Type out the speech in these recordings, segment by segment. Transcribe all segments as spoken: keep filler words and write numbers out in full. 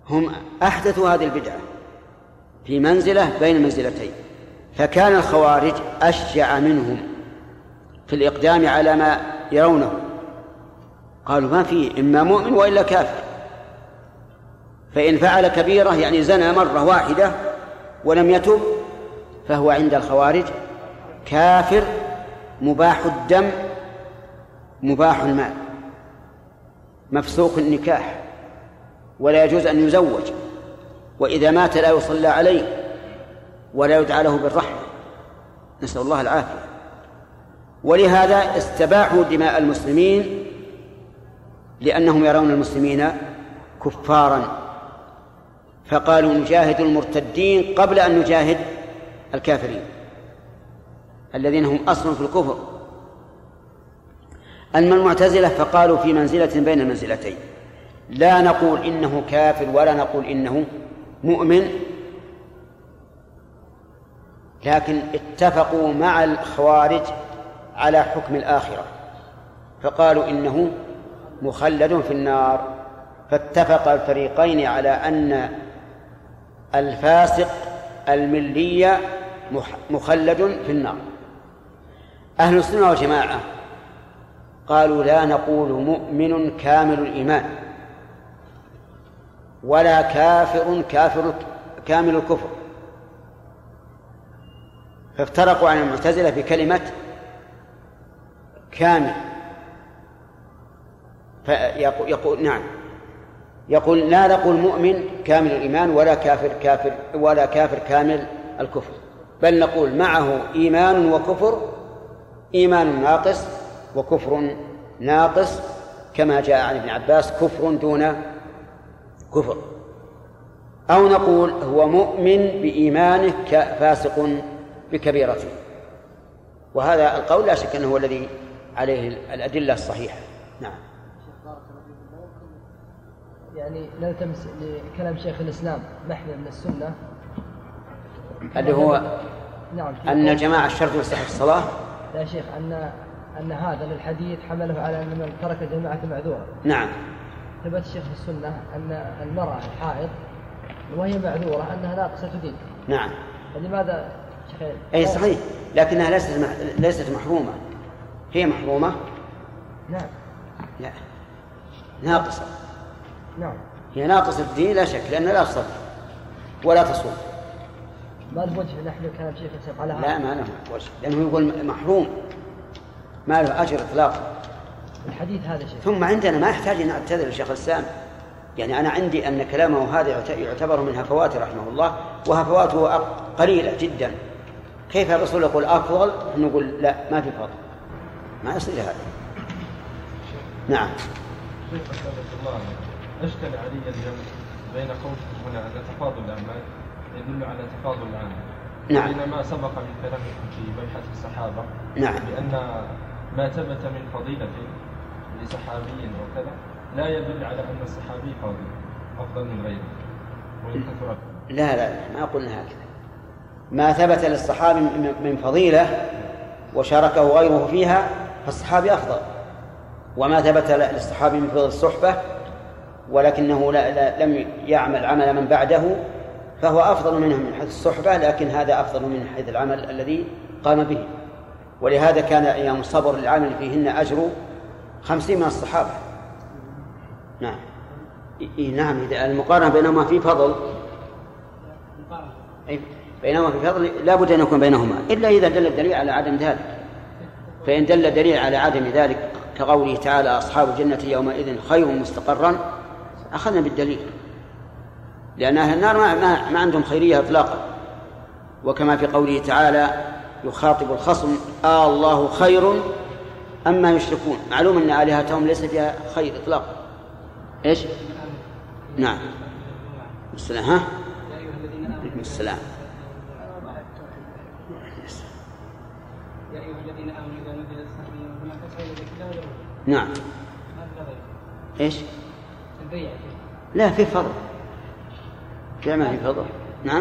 هم أحدثوا هذه البدعة في منزلة بين المنزلتين، فكان الخوارج أشجع منهم في الإقدام على ما يرونه، قالوا ما فيه إما مؤمن وإلا كافر، فإن فعل كبيرة يعني زنى مرة واحدة ولم يتب فهو عند الخوارج كافر مباح الدم مباح المال مفسوق النكاح ولا يجوز أن يزوج، وإذا مات لا يصلى عليه ولا يدعى له بالرحمة، نسأل الله العافية. ولهذا استباحوا دماء المسلمين لأنهم يرون المسلمين كفارا، فقالوا نجاهد المرتدين قبل أن نجاهد الكافرين الذين هم أصل في الكفر. أما المعتزلة فقالوا في منزلة بين المنزلتين، لا نقول إنه كافر ولا نقول إنه مؤمن، لكن اتفقوا مع الخوارج على حكم الآخرة، فقالوا إنه مخلد في النار، فاتفق الفريقين على أن الفاسق الملي مخلد في النار. أهل السنة والجماعة قالوا لا نقول مؤمن كامل الإيمان ولا كافر كافر كامل الكفر، فافترقوا عن المعتزلة بكلمة كامل، فيقول يقول نعم يقول لا نقول مؤمن كامل الإيمان ولا كافر كافر ولا كافر كامل الكفر، بل نقول معه إيمان وكفر، إيمان ناقص وكفر ناقص، كما جاء عن ابن عباس كفر دون كفر، أو نقول هو مؤمن بإيمانه فاسق بكبيرته. وهذا القول لا شك أنه هو الذي عليه الأدلة الصحيحة. نعم. يعني نلتمس لكلام شيخ الإسلام محمد من السنة اللي هو نعم أن الجماعة الشرط يصح الصلاة. لا شيخ أن أن هذا الحديث حمله على أن من ترك الجماعة معذورة. نعم. ثبت الشيخ في السنة أن المرأة الحائض وهي معذورة أنها ناقصة دين. نعم. فلماذا شيخ؟ أي صحيح، لكنها ليست ليست محرومة، هي محرومة. نعم. لا ناقصة. نعم. هي ناقصة الدين لا شك، لأنها لا تصلي ولا تصوم. ما له وجه نحن كلام شيخ الإسلام على هذا؟ لا ما له وجه، لأنه يقول محروم ما له أجر إطلاقا. الحديث هذا شيخ. ثم عندنا ما يحتاج أن أعتذر للشيخ الإسلام، يعني أنا عندي أن كلامه هذا يعتبر من هفواته رحمه الله، وهفواته قليلة جدا. كيف الرسول يقول أفضل نقول لا ما في فضل، ما يصير هذا. نعم. أشكل علي اليوم بين قولكم هنا أن تفاضل الأعمال يدل على تفاضل العمل. نعم. بينما سبق من كلامكم في بيحة الصحابة نعم. بأن ما ثبت من فضيلة لصحابي وكذا لا يدل على أن الصحابي فاضل أفضل من غيره وينكثر. لا لا ما قلنا هكذا. ما ثبت للصحابي من فضيلة وشاركه غيره فيها فالصحابي أفضل، وما ثبت للصحابي من فضل الصحبة ولكنه لا لا لم يعمل عمل من بعده فهو أفضل منه من حيث الصحبة، لكن هذا أفضل من حيث العمل الذي قام به. ولهذا كان أيام الصبر للعمل فيهن أجر خمسين من الصحابة. نعم. إيه نعم. إذا المقارنة بينهما في فضل أي بينهما في فضل لا بد أن يكون بينهما، إلا إذا دل الدليل على عدم ذلك. فإن دل الدليل على عدم ذلك كقوله تعالى أصحاب الجنة يومئذ خير مستقرا أخذنا بالدليل، لأن أهل النار ما, ما عندهم خيرية إطلاقا. وكما في قوله تعالى يخاطب الخصم آه الله خير أما يشركون، معلوم أن آلهتهم ليس فيها خير إطلاقا. إيش؟ نعم. السلام. ها؟ عليكم السلام. نعم. إيش؟ لا في فضل، في ما في فضل. نعم.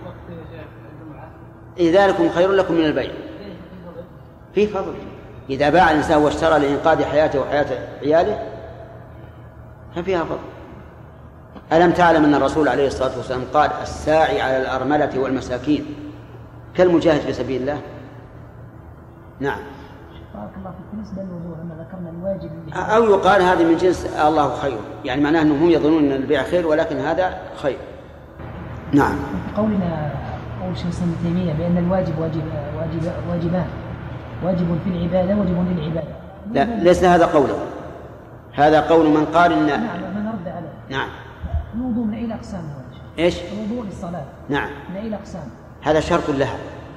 إذا ذلكم خير لكم من البيع. في فضل إذا باع الإنسان واشترى لإنقاذ حياته وحياة عياله ففيها فضل. ألم تعلم أن الرسول عليه الصلاة والسلام قال الساعي على الأرملة والمساكين كالمجاهد في سبيل الله؟ نعم. بارك الله فيك. بالنسبة للوضوء لما ذكرنا الواجب أو يقال هذه من جنس الله خير، يعني معناه أنهم يظنون أن البيع خير ولكن هذا خير. نعم. قولنا قول شيخ ابن تيمية بأن الواجب واجب واجب واجبان، واجب في العبادة واجب للعبادة. لا ليس هذا قوله، هذا قول من قال إن نعم من رد عليه. نعم. الوضوء من أي أقسام هو؟ إيش؟ الوضوء للصلاة. نعم. من أي أقسام؟ هذا شرط لها،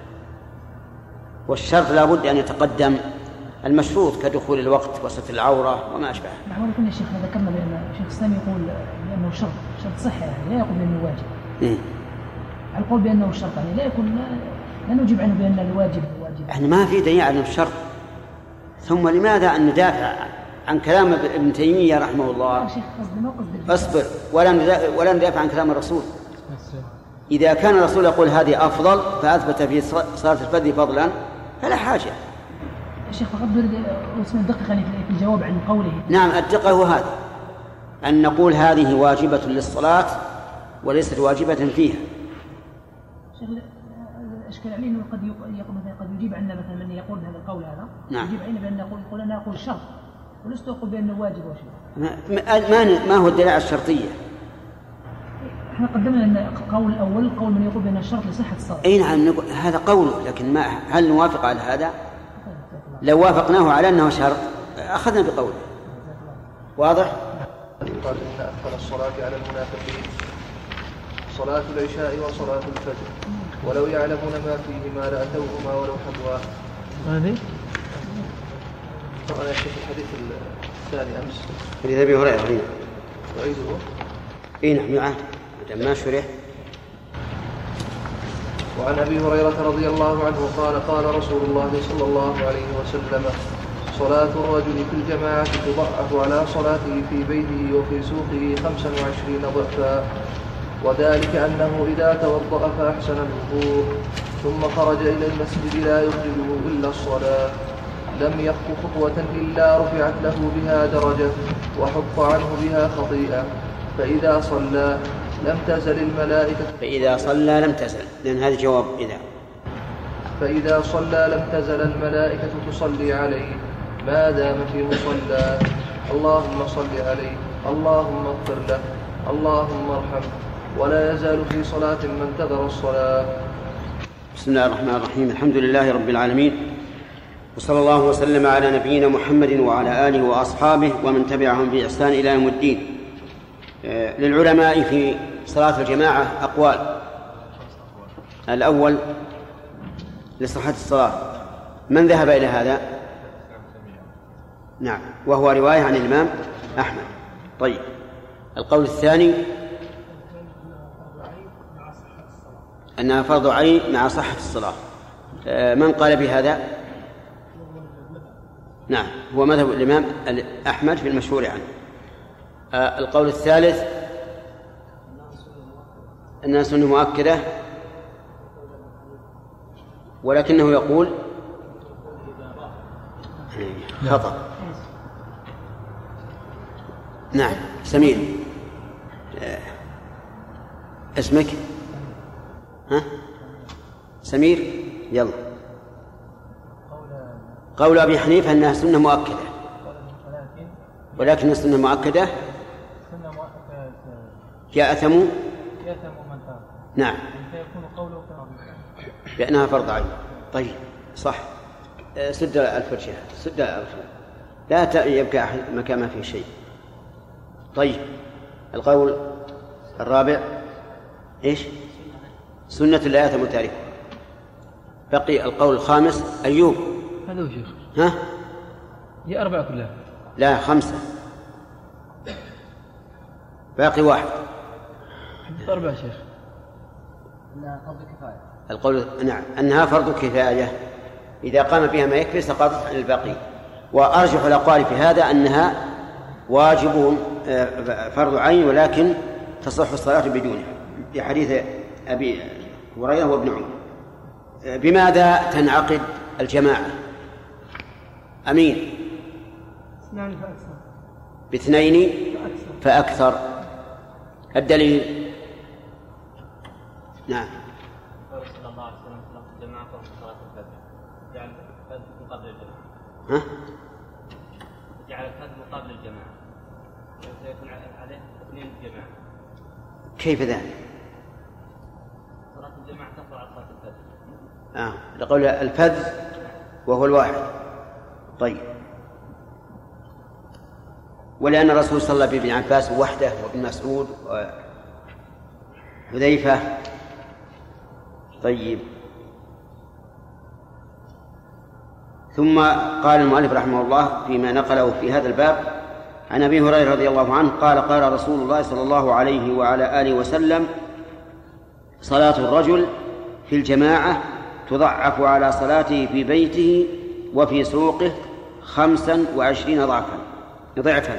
والشرط لا بد أن يتقدم المشروط كدخول الوقت وستر العورة وما أشبه. نحن كنا شيخنا ذكرنا بأن الشيخ الإسلام يقول بأنه شرط، شرط صحة يعني لا يقول بأنه واجب. إيه؟ القول بأنه شرط يعني لا يكون لا نجيب عنه بأن الواجب واجب. إحنا ما في دليل على الشرط، ثم لماذا أن ندافع عن كلام ابن تيمية رحمه الله؟ يا شيخ قصدي ما قصدي. أصبر، ولا ولا ندافع عن كلام الرسول. إذا كان الرسول يقول هذه أفضل فأثبت في صلاة الفرد فضلا فلا حاجة. يا شيخ فقط نريد اسم الدقة في الجواب عن قوله. نعم الدقة هو هذا، أن نقول هذه واجبة للصلاة وليست واجبة فيها. شيخ أشكال عليه أنه قد قد يجيب عنا مثلا من يقول هذا القول هذا. نعم. يجيب علينا بأن نقول يقول أنا أقول شرط ولست أقول بأنه واجب أو شيء. ما ما هو الدليل على الشرطية؟ احنا قدمنا ان قول الاول قول من يقول بان الشرط لصحه الصلاه. اي نعم هذا قوله، لكن ما هل نوافق على هذا؟ لو وافقناه على انه شرط اخذنا بقوله. واضح؟ قال ان افضل الصلاه على المنافقين صلاه العشاء وصلاه الفجر ولو يعلمون ما فيهما لاتوهما ولو حبوا. هذه طبعا شوف الحديث الثاني امس حديث ابي هريره. وعيده. اي نعم يعاد ما شرح. وعن أبي هريرة رضي الله عنه قال قال رسول الله صلى الله عليه وسلم صلاة الرجل في الجماعة تضعف على صلاته في بيته وفي سوقه خمسا وعشرين ضعفا، وذلك أنه إذا توضأ فأحسن الوضوء ثم خرج إلى المسجد لا يخرجه إلا الصلاة لم يخطو خطوة إلا رفعت له بها درجة وحط عنه بها خطيئة، فإذا صلى لم تزل الملائكة فإذا صلى لم تزل، لأن هذا جواب إذا فإذا صلى لم تزل الملائكة تصلي عليه ما دام في مصلى اللهم صل عليه اللهم اغفر له اللهم ارحمه، ولا يزال في صلاة من انتظر الصلاة. بسم الله الرحمن الرحيم. الحمد لله رب العالمين، وصلى الله وسلم على نبينا محمد وعلى آله وأصحابه ومن تبعهم بإحسان إلى يوم الدين. للعلماء في صلاة الجماعة أقوال. الأول لصحة الصلاة، من ذهب إلى هذا؟ نعم، وهو رواية عن الإمام أحمد. طيب، القول الثاني أنها فرض عين مع صحة الصلاة. من قال بهذا؟ نعم، هو مذهب الإمام أحمد في المشهور عنه. القول الثالث أنها سنة مؤكدة، ولكنه يقول خطأ. نعم. سمير اسمك؟ ها؟ سمير، يلا. قول أبي حنيفة أنها سنة مؤكدة، ولكن السنة مؤكدة يأثم يأثم من تاب. نعم، فيكون قوله بأنها فرض عين. طيب صح. سد الفرشة، سد الفرشة، لا يبقى أحد مكان ما فيه شيء. طيب، القول الرابع إيش؟ سنة لا يأثم تاركها. بقي القول الخامس. أيوب هذا هو شيخ. ها؟ هي أربعة كلها. لا، خمسة، باقي واحد. أربعة شيخ. أنها فرض كفاية. القول نعم أنها فرض كفاية، إذا قام بها ما يكفي سقطت عن الباقي. وأرجح الأقوال في هذا أنها واجب فرض عين، ولكن تصح الصلاة بدونه، في حديث أبي هريرة وابن عمر. بماذا تنعقد الجماعة؟ أمين؟ باثنين فأكثر. الدليل. نعم. صلى الله عليه وسلم في الجماعة في صلاة الفجر جعل الفجر مقابل الجماعة. ها؟ جعل الفجر مقابل الجماعة. سيكون عليه اثنين الجماعة. كيف ذلك؟ صلاة الجماعة تفضل على صلاة الفجر. آه لقول الفذ وهو الواحد. طيب. ولأن الرسول صلى بابن عباس وحده وابن مسعود وحذيفة. طيب. ثم قال المؤلف رحمه الله فيما نقله في هذا الباب عن أبي هريرة رضي الله عنه قال قال رسول الله صلى الله عليه وعلى آله وسلم: صلاة الرجل في الجماعة تضعف على صلاته في بيته وفي سوقه خمسا وعشرين ضعفا ضعفا.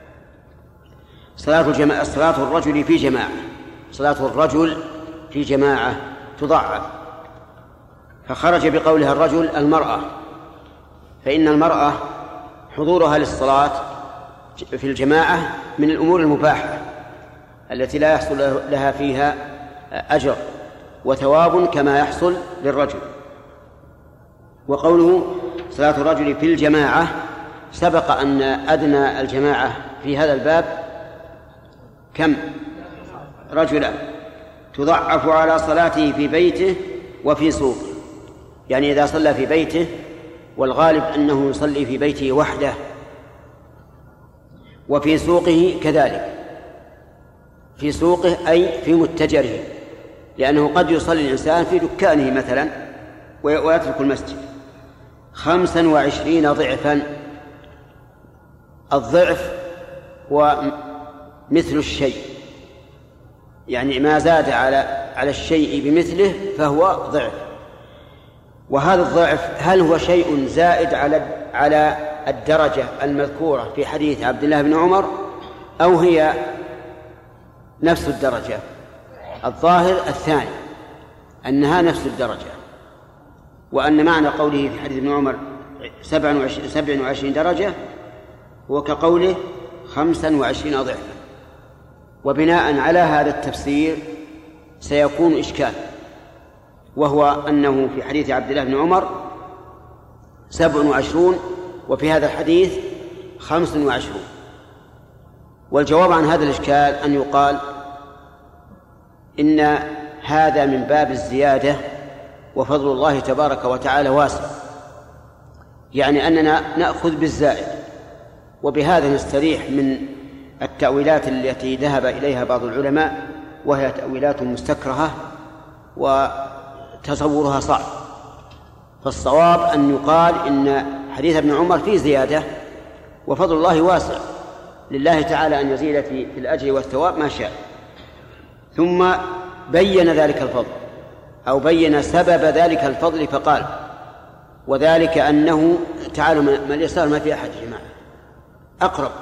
صلاة الجماعة صلاة الرجل في جماعة صلاة الرجل في جماعة تضعف، فخرج بقولها الرجل المرأة، فإن المرأة حضورها للصلاة في الجماعة من الأمور المباحة التي لا يحصل لها فيها أجر وثواب كما يحصل للرجل. وقوله صلاة الرجل في الجماعة سبق أن أدنى الجماعة في هذا الباب كم؟ رجلا، تضعف على صلاته في بيته وفي سوقه، يعني إذا صلى في بيته، والغالب أنه يصلي في بيته وحده، وفي سوقه كذلك، في سوقه أي في متجره، لأنه قد يصلي الإنسان في دكانه مثلا ويترك المسجد. خمسا وعشرين ضعفا، الضعف هو مثل الشيء، يعني ما زاد على على الشيء بمثله فهو ضعف. وهذا الضعف هل هو شيء زائد على على الدرجة المذكورة في حديث عبد الله بن عمر أو هي نفس الدرجة؟ الظاهر الثاني، أنها نفس الدرجة، وأن معنى قوله في حديث ابن عمر سبع وعشرين درجة هو كقوله خمسا وعشرين ضعفا. وبناء على هذا التفسير سيكون إشكال، وهو أنه في حديث عبد الله بن عمر سبع وعشرون وفي هذا الحديث خمس وعشرون. والجواب عن هذا الإشكال أن يقال إن هذا من باب الزيادة، وفضل الله تبارك وتعالى واسع، يعني أننا نأخذ بالزائد، وبهذا نستريح من التأويلات التي ذهب إليها بعض العلماء، وهي تأويلات مستكرهة وتصورها صعب. فالصواب أن يقال إن حديث ابن عمر فيه زيادة، وفضل الله واسع، لله تعالى أن يزيد في الأجر والثواب ما شاء. ثم بين ذلك الفضل أو بين سبب ذلك الفضل فقال: وذلك أنه تعالوا ما اليسار ما في أحد جماعة أقرب،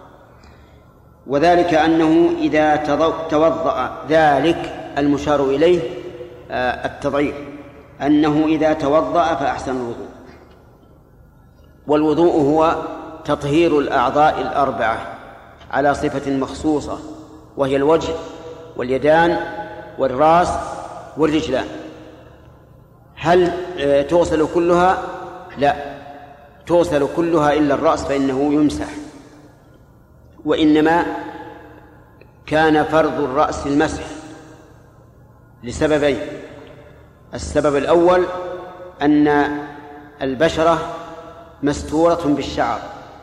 وذلك أنه إذا توضأ، ذلك المشار إليه التضعيف، أنه إذا توضأ فأحسن الوضوء. والوضوء هو تطهير الأعضاء الأربعة على صفة مخصوصة، وهي الوجه واليدان والرأس والرجلان. هل تغسل كلها؟ لا، تغسل كلها إلا الرأس فإنه يمسح. وإنما كان فرض الرأس المسح لسببين: السبب الأول أن البشرة مستورة بالشعر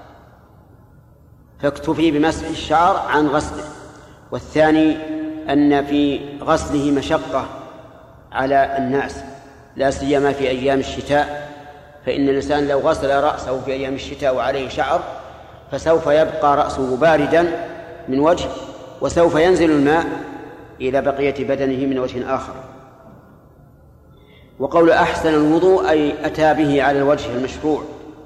فاكتفي بمسح الشعر عن غسله، والثاني أن في غسله مشقة على الناس، لا سيما في أيام الشتاء، فإن الإنسان لو غسل رأسه في أيام الشتاء وعليه شعر فسوف يبقى رأسه باردا من وجه، وسوف ينزل الماء إلى بقية بدنه من وجه آخر. وقول أحسن الوضوء أي أتى به على الوجه المشروع.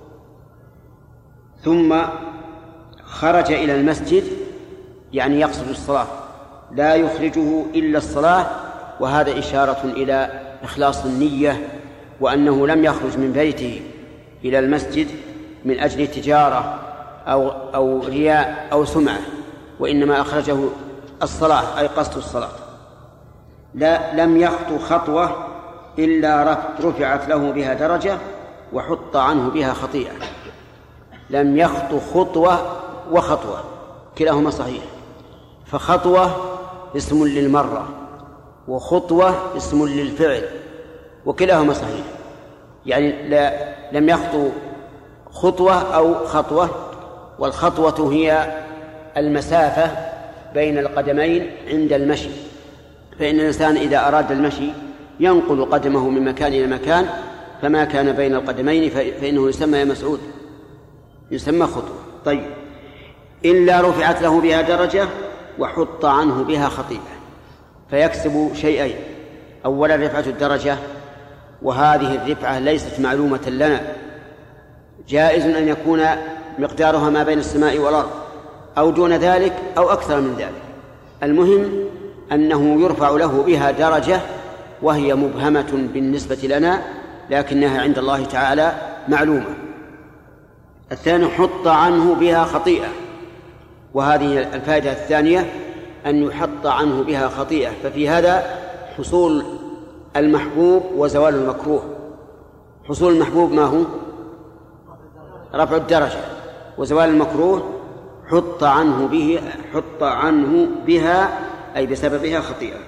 ثم خرج إلى المسجد، يعني يقصد الصلاة، لا يخرجه إلا الصلاة، وهذا إشارة إلى إخلاص النية، وأنه لم يخرج من بيته إلى المسجد من أجل تجارة أو, أو رياء أو سمعة، وإنما أخرجه الصلاة أي قصد الصلاة. لا لم يخطو خطوة إلا رفعت له بها درجة وحط عنه بها خطيئة. لم يخطو خطوة وخطوة كلاهما صحيح، فخطوة اسم للمرة وخطوة اسم للفعل وكلاهما صحيح. يعني لا لم يخطو خطوة أو خطوة، والخطوة هي المسافة بين القدمين عند المشي، فإن الإنسان إذا أراد المشي ينقل قدمه من مكان إلى مكان، فما كان بين القدمين فإنه يسمى يا مسعود يسمى خطوة. طيب، إلا رفعت له بها درجة وحط عنه بها خطيئة، فيكسب شيئين: أولا رفعة الدرجة، وهذه الرفعة ليست معلومة لنا، جائز أن يكون مقدارها ما بين السماء والأرض أو دون ذلك أو أكثر من ذلك، المهم أنه يرفع له بها درجة وهي مبهمة بالنسبة لنا لكنها عند الله تعالى معلومة. الثاني حط عنه بها خطيئة، وهذه الفائدة الثانية أن يحط عنه بها خطيئة، ففي هذا حصول المحبوب وزوال المكروه. حصول المحبوب ما هو؟ رفع الدرجة، وزوال المكروه حط عنه به حط عنه بها أي بسببها خطيئة.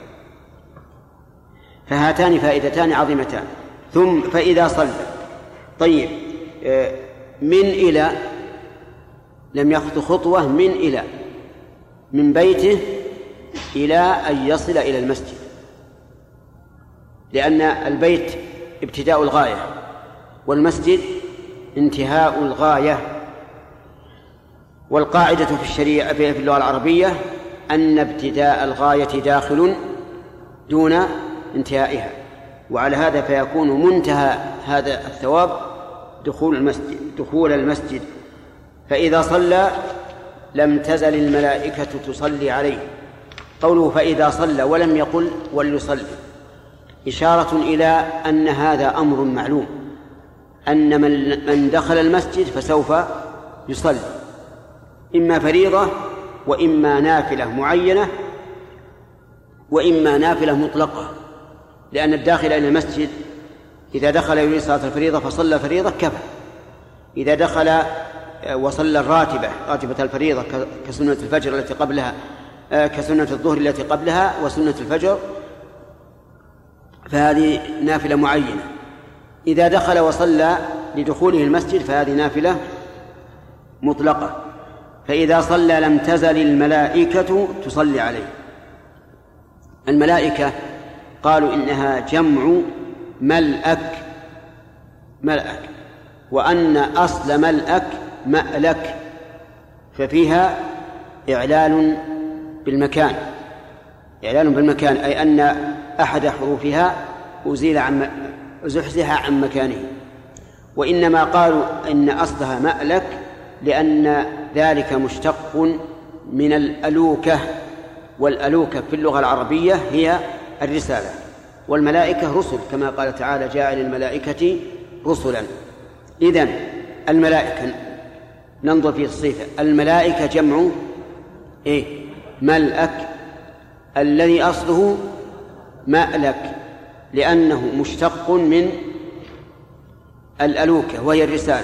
فهاتان فائدتان عظيمتان. ثم فإذا صلى. طيب، من إلى لم يخطو خطوة من إلى من بيته إلى أن يصل إلى المسجد، لأن البيت ابتداء الغاية والمسجد انتهاء الغاية. والقاعدة في الشريعة في اللغة العربية أن ابتداء الغاية داخل دون انتهائها، وعلى هذا فيكون منتهى هذا الثواب دخول المسجد دخول المسجد فإذا صلى لم تزل الملائكة تصلي عليه. قوله فإذا صلى ولم يقل وليصلي إشارة إلى أن هذا أمر معلوم، أن من دخل المسجد فسوف يصلي إما فريضة وإما نافلة معينة وإما نافلة مطلقة، لأن الداخل إلى المسجد إذا دخل يريد صلاة الفريضة فصلى فريضة كفى، إذا دخل وصلى الراتبة راتبة الفريضة كسنة الفجر التي قبلها كسنة الظهر التي قبلها وسنة الفجر فهذه نافلة معينة. إذا دخل وصلى لدخوله المسجد فهذه نافلة مطلقة. فإذا صلى لم تزل الملائكة تصلي عليه. الملائكة قالوا إنها جمع ملأك ملأك وأن أصل ملأك مألك، ففيها إعلان بالمكان إعلان بالمكان أي أن أحد حروفها أزيل عن زحزح عن مكانه. وإنما قالوا إن أصلها مألك لأن ذلك مشتق من الألوكة، والألوكة في اللغة العربية هي الرسالة، والملائكة رسل كما قال تعالى جاء للملائكة رسلا. إذن الملائكة ننظر في الصفة، الملائكة جمع إيه؟ ملأك الذي أصله مألك لأنه مشتق من الألوكة وهي الرسالة.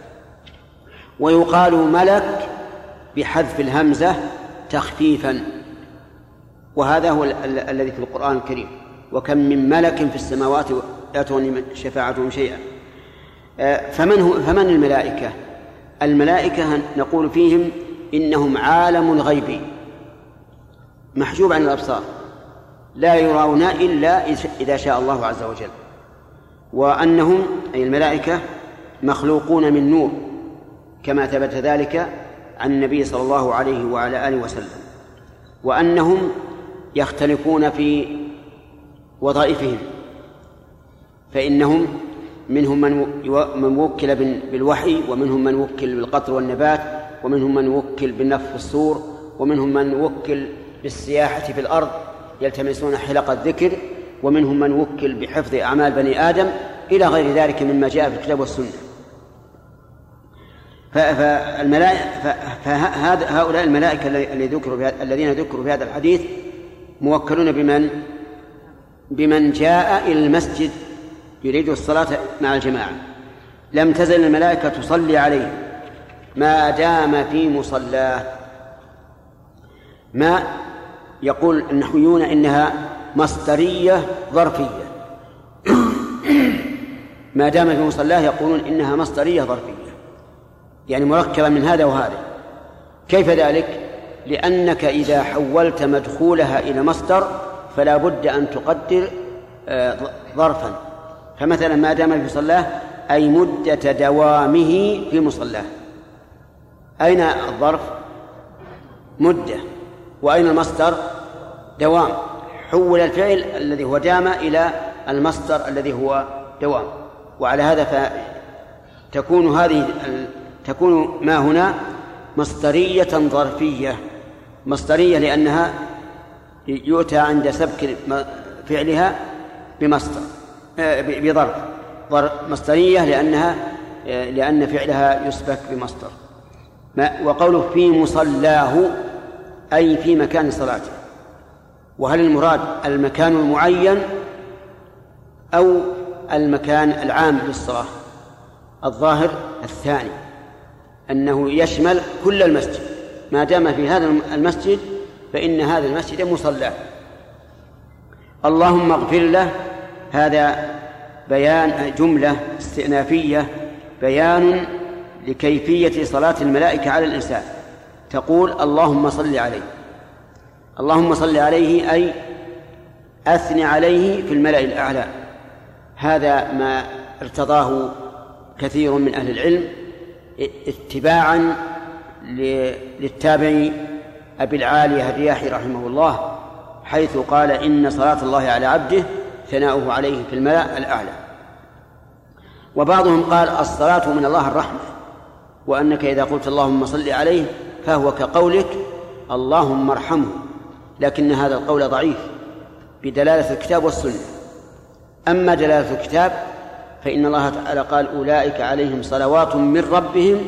ويقال ملك بحذف الهمزة تخفيفا، وهذا هو ال- ال- الذي في القرآن الكريم وكم من ملك في السماوات لا تغني شفاعتهم شيئا. فمن, هو فمن الملائكة؟ الملائكة نقول فيهم إنهم عالم غيبي محجوب عن الأبصار لا يرون إلا إذا شاء الله عز وجل، وأنهم أي الملائكة مخلوقون من نور كما ثبت ذلك عن النبي صلى الله عليه وعلى آله وسلم، وأنهم يختلفون في وظائفهم، فإنهم منهم من وكل بالوحي، ومنهم من وكل بالقطر والنبات، ومنهم من وكل بالنفخ في الصور، ومنهم من وكل بالسياحة في الأرض يلتمسون حلق الذكر، ومنهم من وكل بحفظ أعمال بني آدم إلى غير ذلك مما جاء في الكتاب والسنة. فالملائكة فهؤلاء الملائكة الذين ذكروا في هذا الحديث موكلون بمن بمن جاء إلى المسجد يريد الصلاة مع الجماعة. لم تزل الملائكة تصلي عليه ما دام في مصلاه. ما يقول النحويون إنها مصدرية ظرفية ما دام في مصلاه يقولون إنها مصدرية ظرفية، يعني مركبة من هذا وهذا. كيف ذلك؟ لأنك إذا حولت مدخولها إلى مصدر فلا بد أن تقدر ظرفا. فمثلا ما دام في مصلاه أي مدة دوامه في مصلاه. أين الظرف؟ مدة. وأين المصدر؟ دوام. حول الفعل الذي هو دام إلى المصدر الذي هو دوام. وعلى هذا فتكون هذه تكون ما هنا مصدرية ظرفية. مصدرية لأنها يؤتى عند سبك فعلها بمصدر بظرف. مصدرية لأنها لأن فعلها يسبك بمصدر. وقوله في مصلاه أي في مكان صلاته. وهل المراد المكان المعين أو المكان العام للصلاة؟ الظاهر الثاني، أنه يشمل كل المسجد. ما دام في هذا المسجد فإن هذا المسجد مصلى. اللهم اغفر له، هذا بيان جملة استئنافية بيان لكيفية صلاة الملائكة على الإنسان. تقول اللهم صل عليه. اللهم صل عليه أي أثني عليه في الملأ الأعلى. هذا ما ارتضاه كثير من أهل العلم اتباعا للتابعي أبي العالية الرياحي رحمه الله، حيث قال إن صلاة الله على عبده ثناؤه عليه في الملأ الأعلى. وبعضهم قال الصلاة من الله الرحمة، وأنك إذا قلت اللهم صل عليه فهو كقولك اللهم ارحمه، لكن هذا القول ضعيف بدلالة الكتاب والسنة. أما دلالة الكتاب فإن الله تعالى قال أولئك عليهم صلوات من ربهم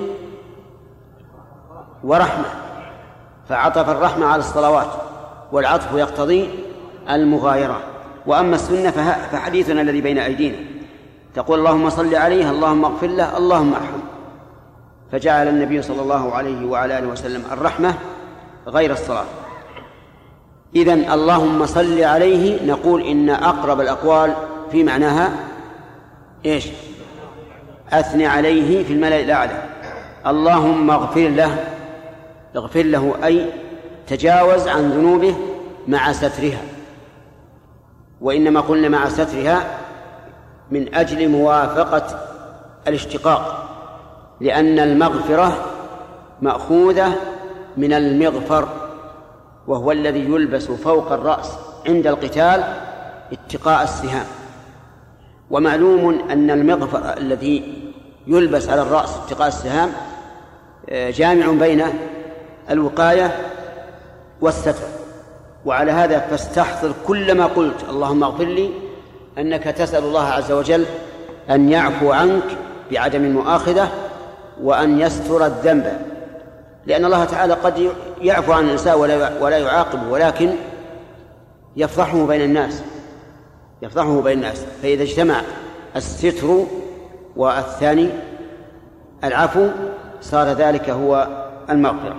ورحمة، فعطف الرحمة على الصلوات، والعطف يقتضي المغايرة. وأما السنة فحديثنا الذي بين أيدينا تقول اللهم صل عليه، اللهم اغفر له، اللهم ارحمه، فجعل النبي صلى الله عليه وعلى آله وسلم الرحمة غير الصلاة. إذن اللهم صل عليه نقول إن أقرب الأقوال في معناها إيش؟ أثني عليه في الملأ الأعلى. اللهم اغفر له، اغفر له أي تجاوز عن ذنوبه مع سترها. وإنما قلنا مع سترها من أجل موافقة الاشتقاق، لأن المغفرة مأخوذة من المغفر، وهو الذي يلبس فوق الرأس عند القتال اتقاء السهام. ومعلوم أن المغفر الذي يلبس على الرأس اتقاء السهام جامع بين الوقاية والستر. وعلى هذا فاستحضر كل ما قلت اللهم اغفر لي أنك تسأل الله عز وجل أن يعفو عنك بعدم المؤاخذة وأن يستر الذنب، لأن الله تعالى قد يعفو عن الإنسان ولا يعاقبه، ولكن يفضحه بين الناس يفضحه بين الناس فإذا اجتمع الستر والثاني العفو صار ذلك هو المغفرة.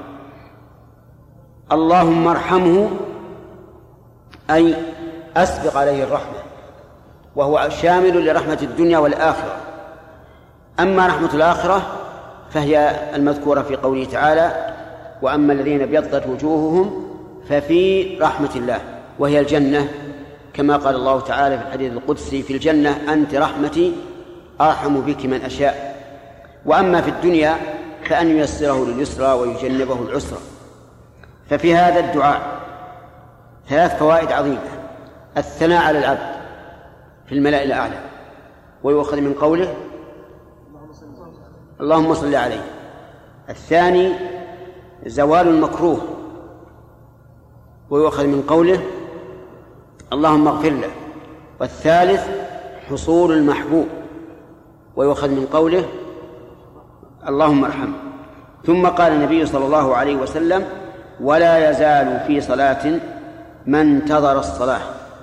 اللهم ارحمه أي أسبق عليه الرحمة، وهو شامل لرحمة الدنيا والآخرة. أما رحمة الآخرة فهي المذكورة في قوله تعالى وأما الذين ابيضت وجوههم ففي رحمة الله، وهي الجنة، كما قال الله تعالى في الحديث القدسي في الجنة أنت رحمتي أرحم بك من أشاء. وأما في الدنيا فأن ييسره لليسرى ويجنبه العسرى. ففي هذا الدعاء ثلاث فوائد عظيمة: الثناء على العبد في الملأ الأعلى، ويؤخذ من قوله اللهم صل عليه. الثاني زوال المكروه، ويؤخذ من قوله اللهم اغفر له. والثالث حصول المحبوب، ويؤخذ من قوله اللهم ارحمه. ثم قال النبي صلى الله عليه وسلم: ولا يزال في صلاة من انتظر الصلاة.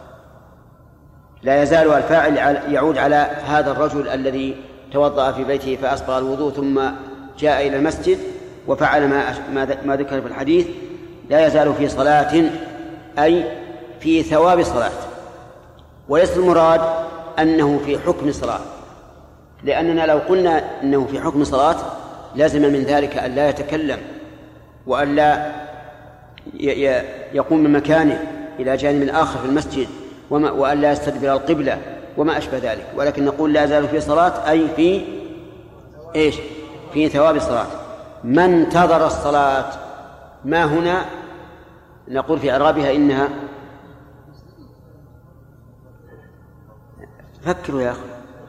لا يزال الفاعل يعود على هذا الرجل الذي توضأ في بيته فأسبغ الوضوء ثم جاء إلى المسجد وفعل ما ذكر في الحديث. لا يزال في صلاة أي في ثواب صلاة، وليس المراد أنه في حكم صلاة، لأننا لو قلنا أنه في حكم صلاة لازم من ذلك أن لا يتكلم وأن لا يقوم من مكانه إلى جانب آخر في المسجد وأن لا يستدبر القبلة وما أشبه ذلك، ولكن نقول لا يزال في صلاة أي في إيش؟ في ثواب الصلاة. من انتظر الصلاة، ما هنا نقول في إعرابها إنها، فكروا يا أخي،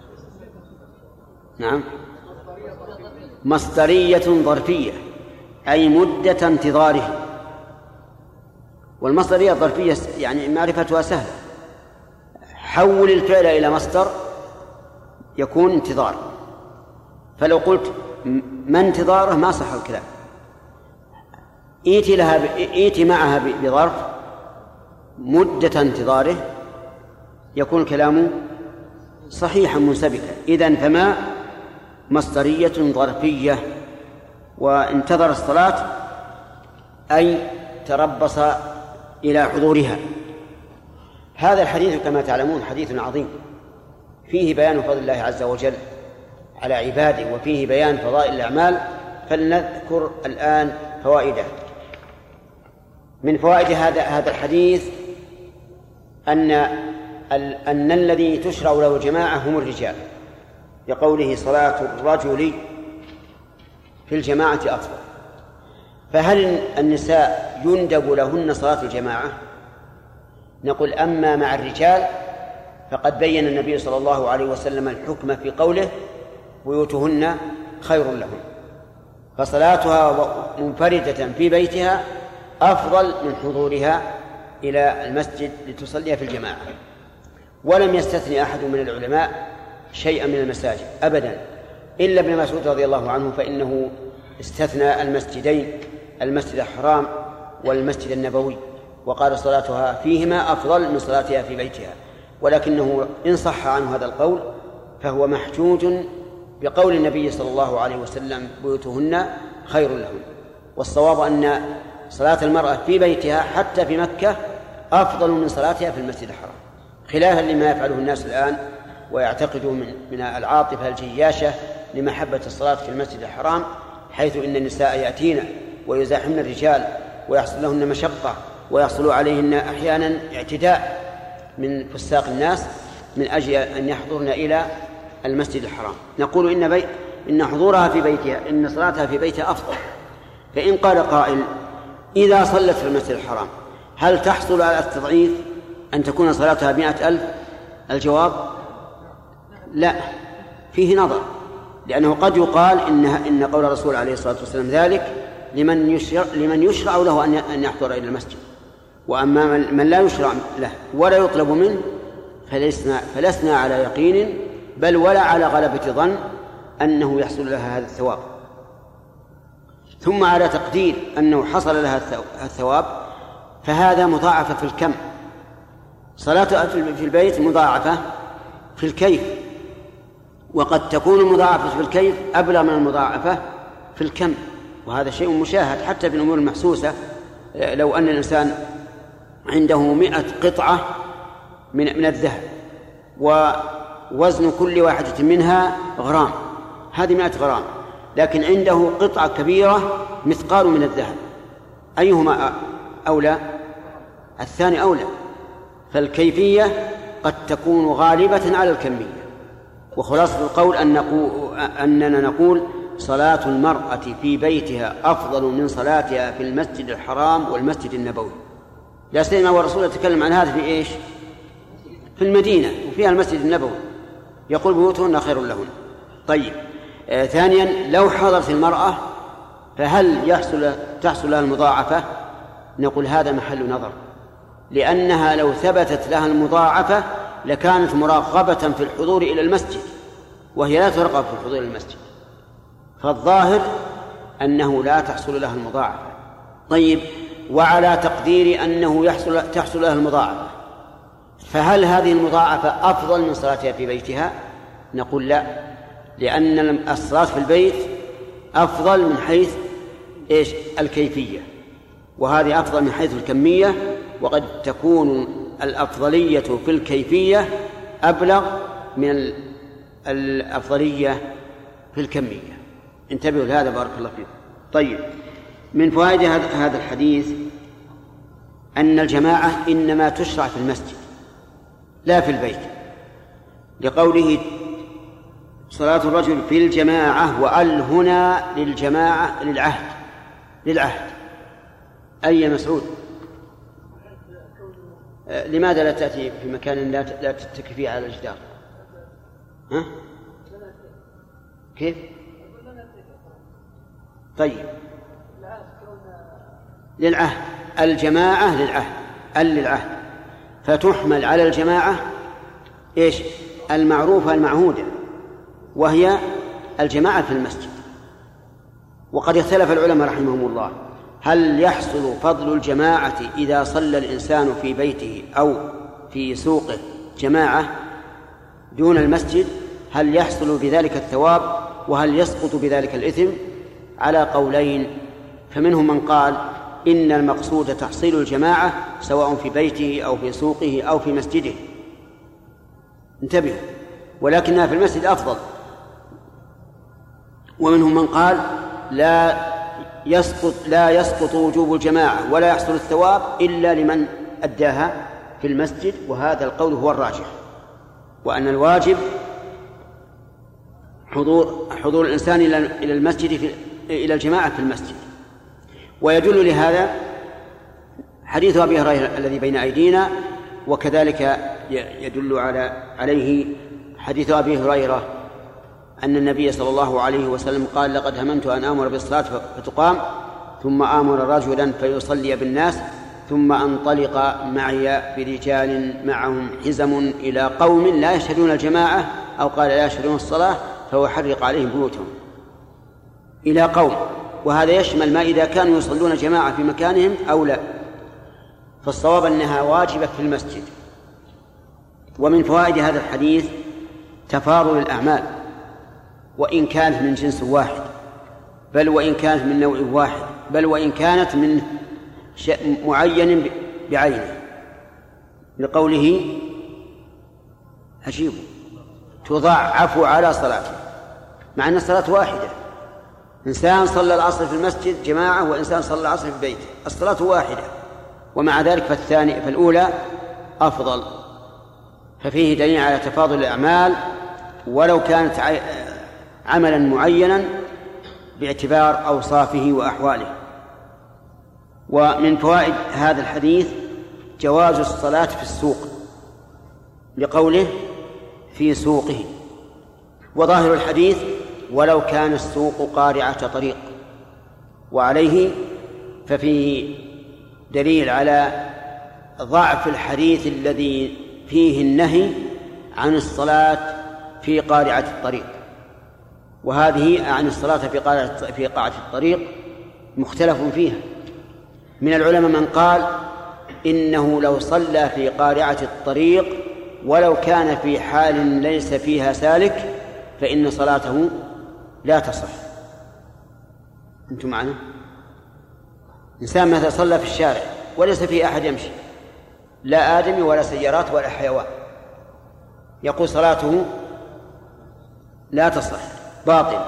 نعم، مصدرية ظرفية أي مدة انتظاره. والمصدرية الظرفية يعني معرفتها سهلة، حول الفعل إلى مصدر يكون انتظار. فلو قلت ما انتظاره ما صح الكلام. إيتي لها إيتي معها بظرف مدة انتظاره يكون كلامه صحيحا منسبكا. إذن فما مصدرية ظرفية. وانتظر الصلاة أي تربص إلى حضورها. هذا الحديث كما تعلمون حديث عظيم، فيه بيان فضل الله عز وجل على عباده وفيه بيان فضائل الأعمال. فلنذكر الآن فوائده. من فوائد هذا هذا الحديث أن أن الذي تشرع له الجماعة هم الرجال، لقوله: صلاة الرجل في الجماعة أفضل. فهل النساء يندب لهن صلاة الجماعة؟ نقول: أما مع الرجال فقد بين النبي صلى الله عليه وسلم الحكم في قوله: بيوتهن خير لهن، فصلاتها منفردة في بيتها أفضل من حضورها إلى المسجد لتصلي في الجماعة. ولم يستثني أحد من العلماء شيئا من المساجد أبدا إلا ابن مسعود رضي الله عنه، فإنه استثنى المسجدين، المسجد الحرام والمسجد النبوي، وقال صلاتها فيهما أفضل من صلاتها في بيتها. ولكنه إن صح عنه هذا القول فهو محجوج بقول النبي صلى الله عليه وسلم: بيوتهن خير لهن. والصواب أن صلاة المرأة في بيتها حتى في مكة أفضل من صلاتها في المسجد الحرام، خلافا لما يفعله الناس الآن ويعتقدوا من, من العاطفة الجياشة لمحبة الصلاة في المسجد الحرام، حيث إن النساء يأتين ويزاحمن الرجال ويحصل لهن مشقة ويحصل عليهن أحيانا اعتداء من فساق الناس من أجل أن يحضرن إلى المسجد الحرام. نقول إن, بي... إن حضورها في بيتها إن صلاتها في بيتها أفضل. فإن قال قائل: إذا صلت في المسجد الحرام هل تحصل على التضعيف أن تكون صلاتها مئة ألف؟ الجواب: لا، فيه نظر، لأنه قد يقال إن, إن قول الرسول عليه الصلاة والسلام ذلك لمن يشرع, لمن يشرع له أن يحضر إلى المسجد، وأما من لا يشرع له ولا يطلب منه فلسنا, فلسنا على يقين بل ولا على غلبة ظن أنه يحصل لها هذا الثواب. ثم على تقدير أنه حصل لها الثواب فهذا مضاعفة في الكم. صلاتها في البيت مضاعفة في الكيف، وقد تكون المضاعفة في الكيف أبلغ من المضاعفة في الكم، وهذا شيء مشاهد حتى في الأمور المحسوسة. لو أن الإنسان عنده مئة قطعة من, من الذهب ووزن كل واحدة منها غرام، هذه مئة غرام، لكن عنده قطعة كبيرة مثقال من الذهب، أيهما أولى؟ الثاني أولى. فالكيفية قد تكون غالبة على الكمية. وخلاصة القول أن نقول أننا نقول صلاة المرأة في بيتها أفضل من صلاتها في المسجد الحرام والمسجد النبوي، لا سيما والرسول يتكلم عن هذا في إيش؟ في المدينة وفيها المسجد النبوي، يقول: بيوتهن خير لهن. طيب، آه ثانيا، لو حضرت المرأة فهل يحصل تحصل لها المضاعفة؟ نقول هذا محل نظر، لأنها لو ثبتت لها المضاعفة لكانت مرغبة في الحضور إلى المسجد، وهي لا ترغب في الحضور إلى المسجد. فالظاهر أنه لا تحصل لها المضاعفة. طيب، وعلى تقدير أنه يحصل تحصل لها المضاعفة، فهل هذه المضاعفة أفضل من صلاتها في بيتها؟ نقول لا، لأن الصلاة في البيت أفضل من حيث إيش؟ الكيفية، وهذه أفضل من حيث الكمية، وقد تكون الأفضلية في الكيفية أبلغ من الأفضلية في الكمية. انتبهوا لهذا بارك الله فيكم. طيب، من فوائد هذا الحديث أن الجماعة إنما تشرع في المسجد لا في البيت، لقوله صلاة الرجل في الجماعة، وأل هنا للجماعة للعهد للعهد أي مسعود؟ لماذا لا تأتي في مكان لا تتكي فيه على الجدار؟ ها؟ كيف؟ طيب، للعهد، الجماعة للعهد، ال للعهد، فتحمل على الجماعة إيش؟ المعروفة المعهودة، وهي الجماعة في المسجد. وقد اختلف العلماء رحمهم الله، هل يحصل فضل الجماعة إذا صلى الإنسان في بيته أو في سوقه جماعة دون المسجد؟ هل يحصل بذلك الثواب وهل يسقط بذلك الإثم؟ على قولين، فمنهم من قال إن المقصود تحصيل الجماعة سواء في بيته أو في سوقه أو في مسجده، انتبهوا، ولكنها في المسجد أفضل. ومنهم من قال لا يسقط لا يسقط وجوب الجماعة ولا يحصل الثواب إلا لمن أداها في المسجد، وهذا القول هو الراجح، وأن الواجب حضور حضور الإنسان إلى المسجد في إلى الجماعة في المسجد. ويدل لهذا حديث أبي هريرة الذي بين أيدينا، وكذلك يدل على عليه حديث أبي هريرة أن النبي صلى الله عليه وسلم قال: لقد هممت أن آمر بالصلاة فتقام ثم آمر رجلا فيصلي بالناس ثم أنطلق معي برجال معهم حزم إلى قوم لا يشهدون الجماعة أو قال لا يشهدون الصلاة فأحرق عليهم بيوتهم. إلى قوم، وهذا يشمل ما إذا كانوا يصلون جماعة في مكانهم أو لا، فالصواب أنها واجبة في المسجد. ومن فوائد هذا الحديث تفاضل الأعمال، وإن كانت من جنس واحد، بل وإن كانت من نوع واحد، بل وإن كانت من معين بعينه، لقوله عجيب تضاعف على صلاته، مع أن الصلاة واحدة. إنسان صلى العصر في المسجد جماعة وإنسان صلى العصر في بيته، الصلاة واحدة، ومع ذلك فالثاني فالأولى أفضل. ففيه دليل على تفاضل الأعمال ولو كانت عملا معينا باعتبار أوصافه وأحواله. ومن فوائد هذا الحديث جواز الصلاة في السوق، لقوله في سوقه، وظاهر الحديث ولو كان السوق قارعة طريق، وعليه ففيه دليل على ضعف الحديث الذي فيه النهي عن الصلاة في قارعة الطريق. وهذه عن الصلاة في قارعة في قاعة الطريق مختلف فيها. من العلماء من قال إنه لو صلى في قارعة الطريق ولو كان في حال ليس فيها سالك فإن صلاته لا تصح. أنتم معنا؟ إنسان مثلا صلى في الشارع وليس فيه أحد يمشي، لا آدمي ولا سيارات ولا حيوان، يقول صلاته لا تصح باطلة،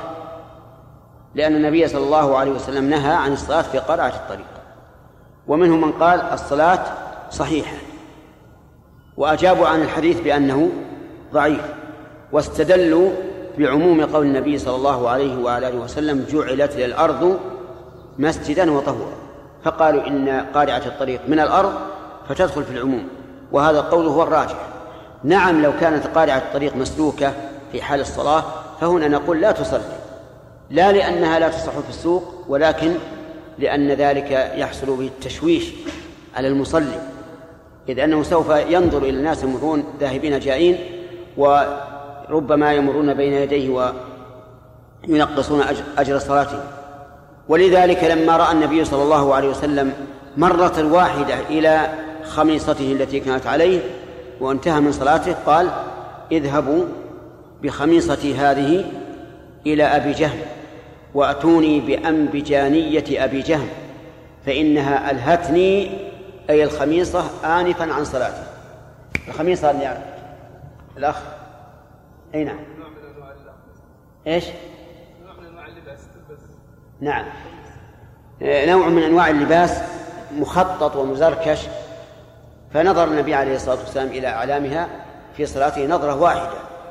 لأن النبي صلى الله عليه وسلم نهى عن الصلاة في قارعة الطريق. ومنهم من قال الصلاة صحيحة، وأجابوا عن الحديث بأنه ضعيف، واستدلوا بعموم قول النبي صلى الله عليه وآله وسلم جعلت للأرض مسجدا وطهورا، فقالوا إن قارعة الطريق من الأرض فتدخل في العموم، وهذا القول هو الراجح. نعم، لو كانت قارعة الطريق مسلوكة في حال الصلاة فهنا نقول لا تصلي، لا لأنها لا تصح في السوق، ولكن لأن ذلك يحصل به التشويش على المصلي، إذ أنه سوف ينظر إلى الناس يمرون ذاهبين جائين، وربما يمرون بين يديه وينقصون أجر صلاته. ولذلك لما رأى النبي صلى الله عليه وسلم مرة واحدة إلى خميصته التي كانت عليه وانتهى من صلاته قال: اذهبوا بخميصتي هذه إلى أبي جهم وأتوني بأنبجانية أبي جهم فإنها ألهتني، أي الخميصة، آنفا عن صلاته. الخميصة اللي يعرف الأخ أي نعم إيش؟ نوع من أنواع اللباس. نعم، نوع من أنواع اللباس مخطط ومزركش، فنظر النبي عليه الصلاة والسلام إلى أعلامها في صلاته نظرة واحدة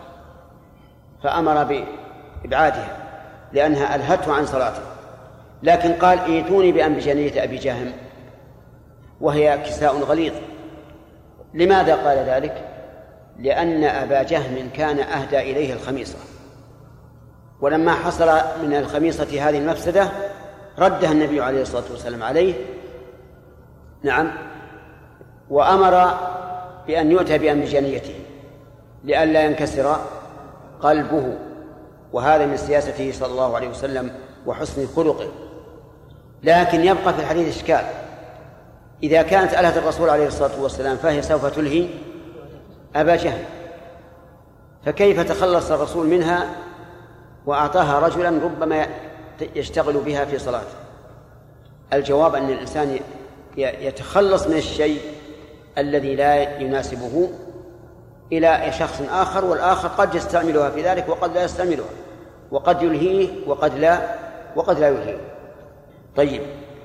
فأمر بإبعادها لأنها ألهته عن صلاته. لكن قال: ائتوني بأنبجانية أبي جهم، وهي كساء غليظ. لماذا قال ذلك؟ لأن أبا جهم كان أهدى إليه الخميصة، ولما حصل من الخميصة هذه المفسدة ردها النبي عليه الصلاة والسلام عليه، نعم، وأمر بأن يؤتى بأنبجانيته لئلا ينكسر قلبه، وهذا من سياسته صلى الله عليه وسلم وحسن خلقه. لكن يبقى في الحديث إشكال: إذا كانت ألهة الرسول عليه الصلاة والسلام فهي سوف تلهي أبا جهل، فكيف تخلص الرسول منها وأعطاها رجلا ربما يشتغل بها في صلاته؟ الجواب أن الإنسان يتخلص من الشيء الذي لا يناسبه إلى شخص آخر، والآخر قد يستعملها في ذلك وقد لا يستعملها، وقد يلهيه وقد لا وقد لا يلهيه. طيب،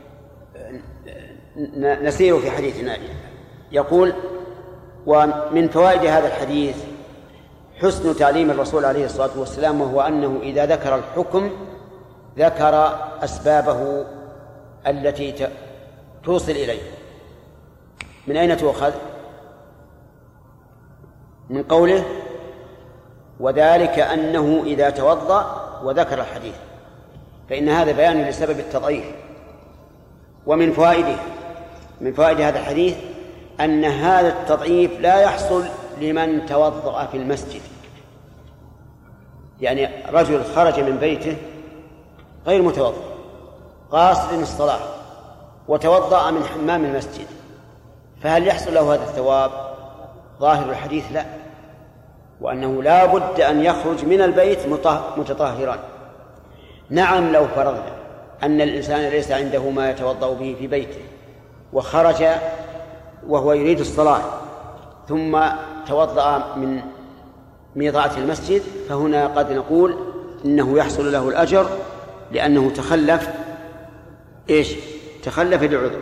نسير في حديثنا. يقول: ومن فوائد هذا الحديث حسن تعليم الرسول عليه الصلاة والسلام، وهو أنه إذا ذكر الحكم ذكر أسبابه التي توصل إليه. من أين تؤخذ؟ من قوله: وذلك أنه إذا توضأ وذكر الحديث، فإن هذا بيان لسبب التضعيف. ومن فوائده من فوائد هذا الحديث أن هذا التضعيف لا يحصل لمن توضأ في المسجد، يعني رجل خرج من بيته غير متوضأ قاصد الصلاة وتوضأ من حمام المسجد، فهل يحصل له هذا الثواب؟ ظاهر الحديث لا، وأنه لا بد أن يخرج من البيت متطهرا. نعم، لو فرضنا أن الإنسان ليس عنده ما يتوضأ به في بيته وخرج وهو يريد الصلاة ثم توضأ من ميضاعة المسجد، فهنا قد نقول إنه يحصل له الأجر لأنه تخلف إيش؟ تخلف لعذر.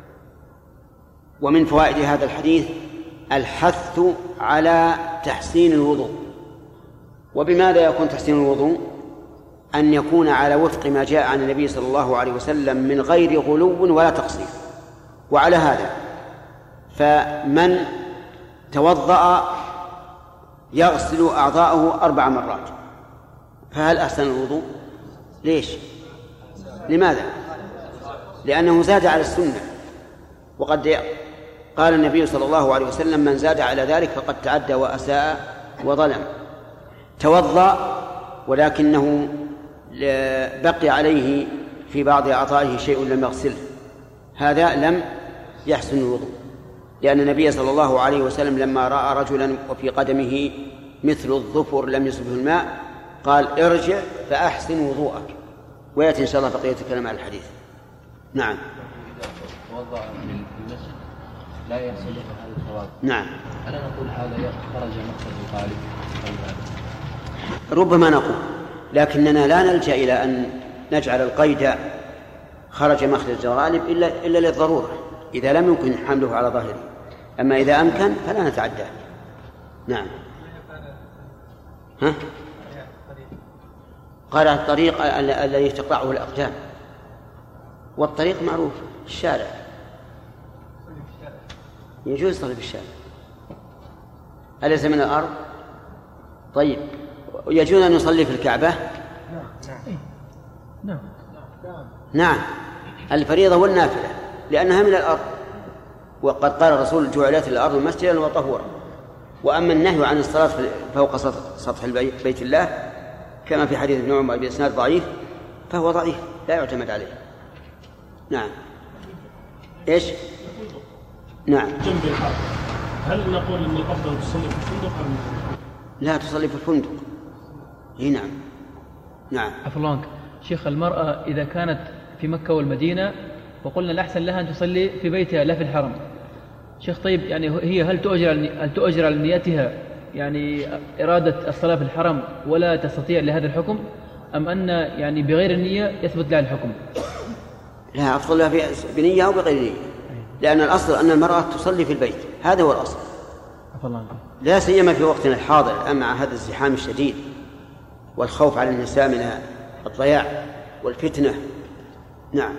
ومن فوائد هذا الحديث الحث على تحسين الوضوء. وبماذا يكون تحسين الوضوء؟ أن يكون على وفق ما جاء عن النبي صلى الله عليه وسلم من غير غلو ولا تقصير. وعلى هذا فمن توضأ يغسل أعضاءه أربع مرات، فهل أحسن الوضوء؟ ليش؟ لماذا؟ لأنه زاد على السنة، وقد قال النبي صلى الله عليه وسلم: من زاد على ذلك فقد تعدى وأساء وظلم. توضأ ولكنه بقي عليه في بعض أعضائه شيء لم يغسله، هذا لم يحسن الوضوء، لأن النبي صلى الله عليه وسلم لما رأى رجلا وفي قدمه مثل الظفر لم يصبه الماء قال: ارجع فأحسن وضوءك. ويأتي إن شاء الله بقية الكلام على الحديث. نعم. توضأ في المسجد لا يحصل له هذا الثواب. نعم. ألا نقول هذا خرج مقصد الغالب؟ ربما نقول، لكننا لا نلجأ إلى أن نجعل القيد خرج مخرج الغالب إلا إلا للضرورة، إذا لم يمكن حمله على ظاهره. أما إذا أمكن فلا نتعدى. نعم. ها؟ قال الطريق الذي تقطعه الأقدام، والطريق معروف، الشارع يجوز يصلي في الشارع، أليس من الأرض؟ طيب، يجوز أن يصلي في الكعبة؟ نعم نعم، الفريضة والنافلة لأنها من الأرض، وقد قال الرسول: جعلت الأرض مسجدا وطهورا. وأما النهي عن الصلاة فوق سطح بيت الله كما في حديث ابن عمر بإسناد ضعيف، فهو ضعيف لا يعتمد عليه. نعم. إيش؟ نعم. جنب الحرب هل نقول أن الأفضل تصلي في الفندق أم لا تصلي في الفندق؟ إيه نعم. نعم. عفوا عنك شيخ، المرأة إذا كانت في مكة والمدينة وقلنا الأحسن لها أن تصلي في بيتها لا في الحرم، شيخ طيب يعني هي هل تؤجر هل تؤجر على نيتها يعني إرادة الصلاة في الحرم ولا تستطيع لهذا الحكم، أم أن يعني بغير النية يثبت لها الحكم؟ لا، أفضل لها بنية أو بغير نية، لأن الأصل أن المرأة تصلي في البيت، هذا هو الأصل. لا سيما في وقتنا الحاضر الآن مع هذا الزحام الشديد والخوف على النساء من الضياع والفتنة. نعم.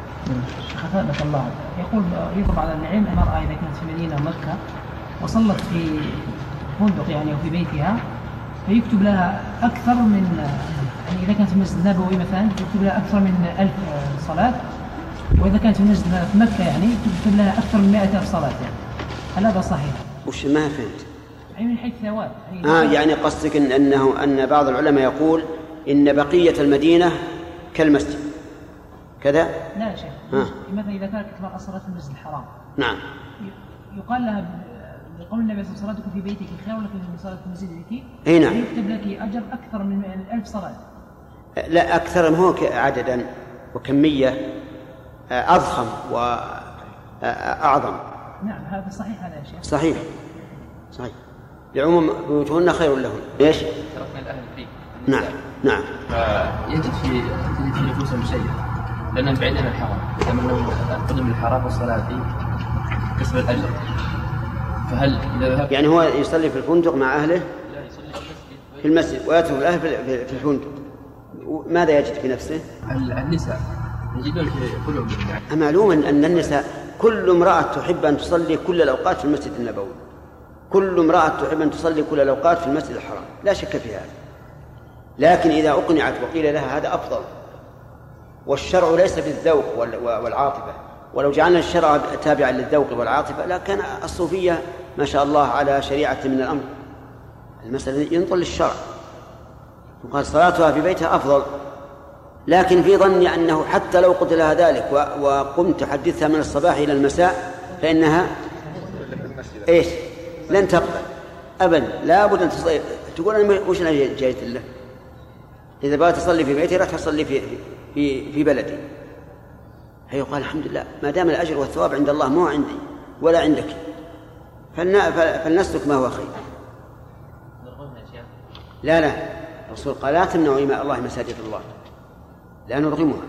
خفافة الله يقول يطلب على العلم المرأة إذا كانت في مدينة مكة وصلت في فندق يعني أو في بيتها فيكتب لها أكثر من يعني إذا كانت في المسجد النبوي مثلا يكتب لها أكثر من ألف صلاة، وإذا كانت في المسجد في مكة يعني يكتب لها أكثر من مائة ألف صلاة يعني. هل هذا صحيح؟ وش ما فهمت؟ يعني من حيث ثواب. يعني آه يعني قصدك إن أنه أن بعض العلماء يقول إن بقية المدينة كالمسجد كذا؟ لا يا شيخ. آه. مثلا إذا كانت المرأة صلت في المسجد الحرام. نعم. يقال لها بقول النبي صلى الله عليه وسلم صلاتك في بيتك خير لك من صلاة في مسجدك. أي نعم. يكتب لك أجر أكثر من ألف صلاة. لا أكثر ما هو عددا وكمية أضخم وأعظم. نعم هذا صحيح هذا يا شيخ. صحيح صحيح. لعموم بيوتهن خير لهن. ايش؟ تركنا الأهل فيه. نعم نعم. فيجد في تجد في نفوسهم شيء لأنهم بعيد عن الحرام، يتمنون القدم الحرام والصلاة فيه كسب الأجر. فهل إذا يعني هو يصلي في الفندق مع أهله؟ لا، يصلي في المسجد في المسجد ويترك الأهل في الفندق، ماذا يجد في نفسه؟ النساء يجدون في قلوبهم. معلوم أن النساء كل امرأة تحب أن تصلي كل الأوقات في المسجد النبوي، كل امرأة تحب أن تصلي كل الأوقات في المسجد الحرام، لا شك في هذا. لكن إذا أقنعت وقيل لها هذا أفضل، والشرع ليس بالذوق والعاطفة، ولو جعلنا الشرع تابعا للذوق والعاطفة لكان الصوفية ما شاء الله على شريعة من الأمر. المسألة ينظر للشرع، وقال صلاتها في بيتها أفضل. لكن في ظني أنه حتى لو قلت لها ذلك وقمت تحدثها من الصباح إلى المساء فإنها إيش؟ لن تقبل أبدا، لا بد أن تصلي. تقول أنا وش أنا جايت له؟ إذا بغيت تصلي في بيتي لا تصلي في في في بلدي. هي قال الحمد لله ما دام الأجر والثواب عند الله مو عندي ولا عندك، فلنسلك ما هو خير. لا لا، الرسول قال لا تمنعوا إماء الله مساجد الله، لا نرغمها.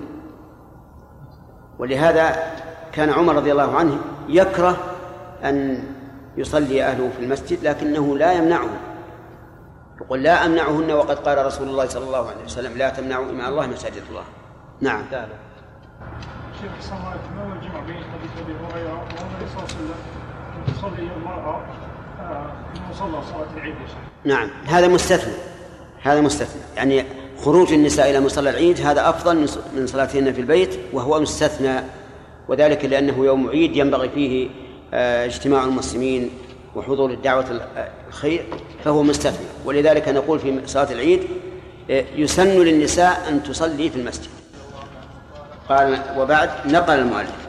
ولهذا كان عمر رضي الله عنه يكره أن يصلي أهله في المسجد، لكنه لا يمنعه، يقول لا أمنعهن وقد قال رسول الله صلى الله عليه وسلم لا تمنعوا إماء الله مساجد الله. نعم. شيخ صلى الله عليه وسلم الجمع بين حديث أبي هريرة والنبي صلى الله عليه وسلم تصلي المرأة في مصلى صلاة العيد. نعم هذا مستثنى، هذا مستثنى يعني خروج النساء إلى مصلى العيد هذا أفضل من صلاتهن في البيت، وهو مستثنى، وذلك لأنه يوم عيد ينبغي فيه اجتماع المسلمين وحضور الدعوة الخير، فهو مستثنى. ولذلك نقول في صلاة العيد يسن للنساء أن تصلي في المسجد. قال وبعد نقل المؤلف.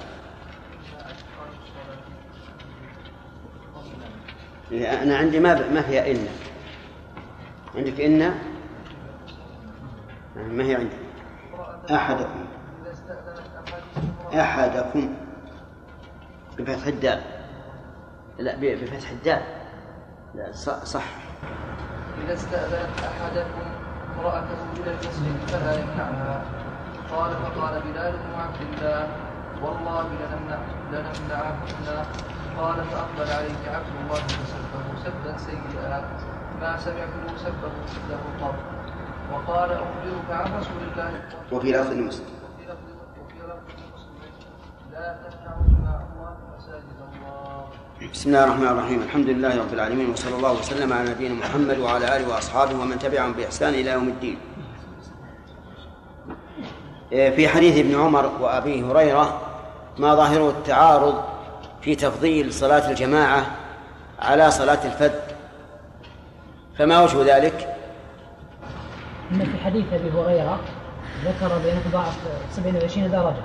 أنا عندي ما ما فيها إن، عندك إن ما هي عندي. أحدكم أحدكم بفتح الدال، لا بفتح الدال، لا صح. إذا استأذنت أحدكم امرأته إلى المسجد فلا يمنعها. قال فقال بلال بن عبد الله والله لنمنع لنمنعهن. قال فأقبل عليه عبد الله فسبه سبا سيئا ما سمعته سبه مثله قط. وقال أخبرك عن رسول الله. وفي لفظ مسلم وفي لفظ مسلم لا تمنعوا إماء الله مساجد الله. بسم الله الرحمن الرحيم. الحمد لله رب العالمين، وصلى الله وسلم على نبينا محمد وعلى آله وأصحابه ومن تبعهم بإحسان إلى يوم الدين. في حديث ابن عمر وأبي هريرة ما ظاهره التعارض في تفضيل صلاة الجماعة على صلاة الفذ، فما وجه ذلك؟ إن في حديث أبي هريرة ذكر بأنه تضاعف سبعين وعشرين درجة.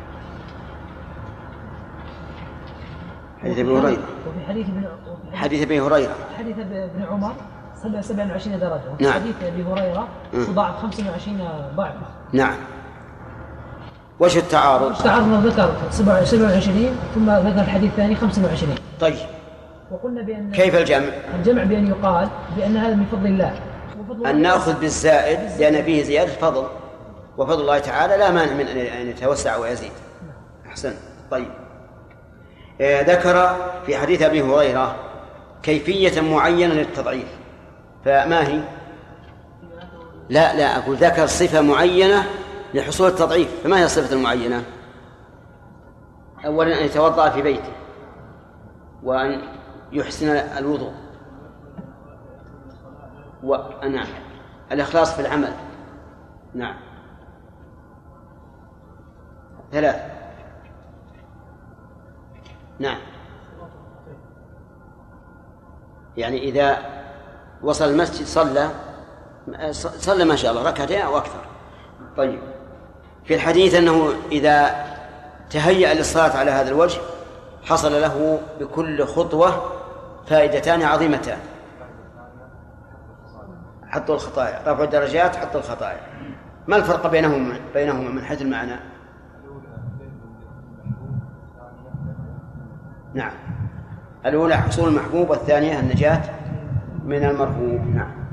حديث ابن هريرة. وفي حديث ابن حديث ابن هريرة حديث ابن عمر سبعة وعشرين درجة. وفي نعم. حديث ابي هريرة تضاعف خمسة وعشرين ضعفا. نعم. وش التعارض؟ التعارض ذكر سبعة وعشرين ثم ذكر الحديث الثاني خمسة وعشرين. طيب. وقلنا بأن كيف الجمع؟ الجمع بأن يقال بأن هذا من فضل الله. أن نأخذ بالزائد لأن فيه زيادة فضل، وفضل الله تعالى لا مانع من أن يتوسع ويزيد. أحسن. طيب. آه ذكر في حديث أبي هريرة كيفية معينة للتضعيف، فما هي؟ لا لا أقول ذكر صفة معينة لحصول التضعيف، فما هي الصفة المعينة؟ أولا أن يتوضأ في بيته، وأن يحسن الوضوء، ونعم الإخلاص في العمل. نعم. ثلاث. نعم. يعني إذا وصل المسجد صلى صلى ما شاء الله ركعتين أو أكثر. طيب. في الحديث أنه إذا تهيأ للصلاة على هذا الوجه حصل له بكل خطوة فائدتان عظيمتان: حط الخطايا، رفع الدرجات، حط الخطايا. ما الفرق بينهما بينهما من حيث المعنى؟ نعم. الأولى حصول المحبوب، والثانية النجاة من المرهوب. نعم.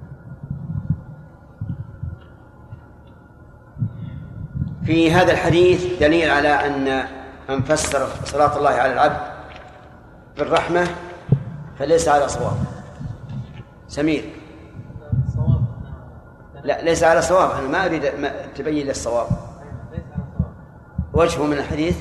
في هذا الحديث دليل على أن من فسر صلاة الله على العبد بالرحمة فليس على صواب. سمير. لا ليس على صواب، أنا ما أريد ما تبين الصواب. وجهه من الحديث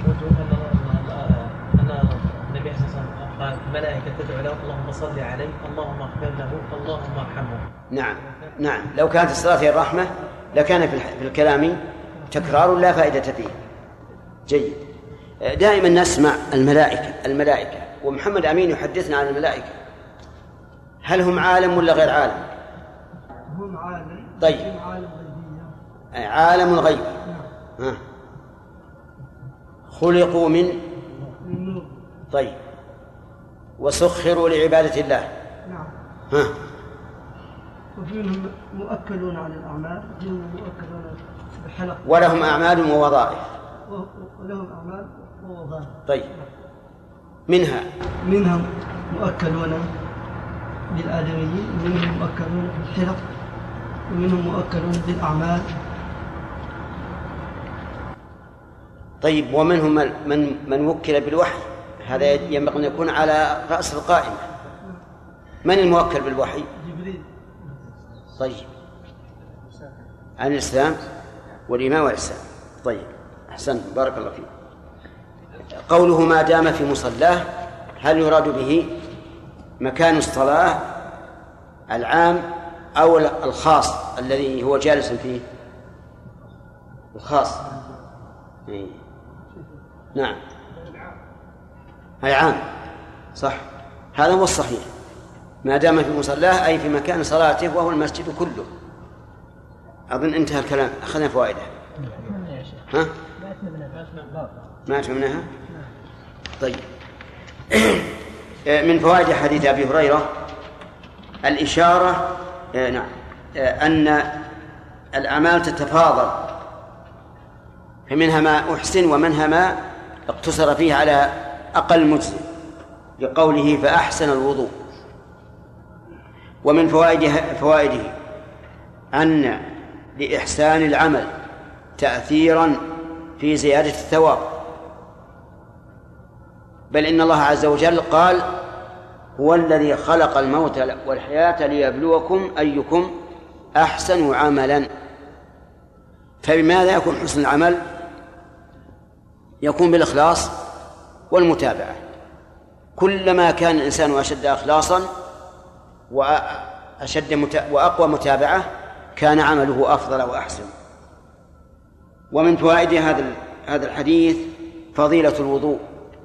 النبي صلى الله عليه وسلم قال الملائكة تدعو له اللهم صل عليه اللهم اغفر له اللهم ارحمه. نعم نعم. لو كانت الصلاة هي الرحمة لكان في الكلام تكرار لا فائدة فيه. جيد. دائما نسمع الملائكة الملائكة ومحمد أمين يحدثنا عن الملائكة. هل هم عالم ولا غير عالم؟ هم عالم. طيب. عالم الغيب. ها. خلقوا من طيب وسخروا لعبادة الله. نعم. ها. وفيهم مؤكلون على الأعمال، وفيهم مؤكلون بالحلق، ولهم أعمال ووظائف. ولهم أعمال ووظائف. طيب. منها منهم مؤكلون بالآدميين، ومنهم مؤكلون بالحلق، ومنهم مؤكلون بالأعمال. طيب. ومنهم من من وكل بالوحي، هذا ينبغي أن يكون على رأس القائمة. من الموكل بالوحي؟ جبريل. طيب. عن الإسلام والإيمان والإحسان. طيب. أحسن. بارك الله فيك. قوله ما دام في مصلاه، هل يراد به مكان الصلاة العام أو الخاص الذي هو جالس فيه؟ الخاص. إيه. نعم. أي عام. صح. هذا هو الصحيح. ما دام في مصلاه أي في مكان صلاته وهو المسجد كله. أظن انتهى الكلام. أخذنا فوائده. ها؟ ما أتمناها. طيب. من فوائد حديث أبي هريرة الإشارة نعم أن الأعمال تتفاضل، فمنها ما أحسن ومنها ما اقتصر فيه على أقل مجزئ، لقوله فأحسن الوضوء. ومن فوائده فوائده أن لإحسان العمل تأثيرا في زيادة الثواب، بل إن الله عز وجل قال هو الذي خلق الموت والحياة ليبلوكم أيكم أحسن عملا. فبماذا يكون حسن العمل؟ يكون بالإخلاص والمتابعة. كلما كان الإنسان أشد إخلاصا وأشد متا... وأقوى متابعة كان عمله أفضل وأحسن. ومن فوائد هذا هذا الحديث فضيلة الوضوء.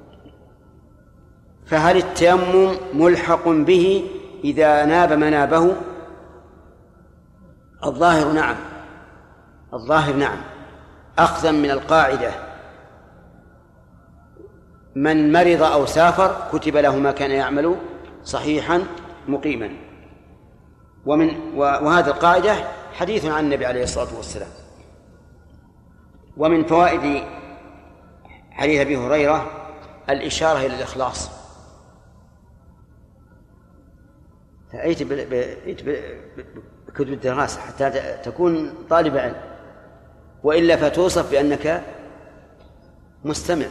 فهل التيمم ملحق به إذا ناب منابه؟ الظاهر نعم. الظاهر نعم، أخذا من القاعدة من مرض أو سافر كتب له ما كان يعمل صحيحا مقيما. ومن وهذه القاعدة حديث عن النبي عليه الصلاة والسلام. ومن فوائد حديث أبي هريرة الإشارة إلى الإخلاص. فأيت بكتب الدراسة حتى تكون طالب علم، وإلا فتوصف بأنك مستمع،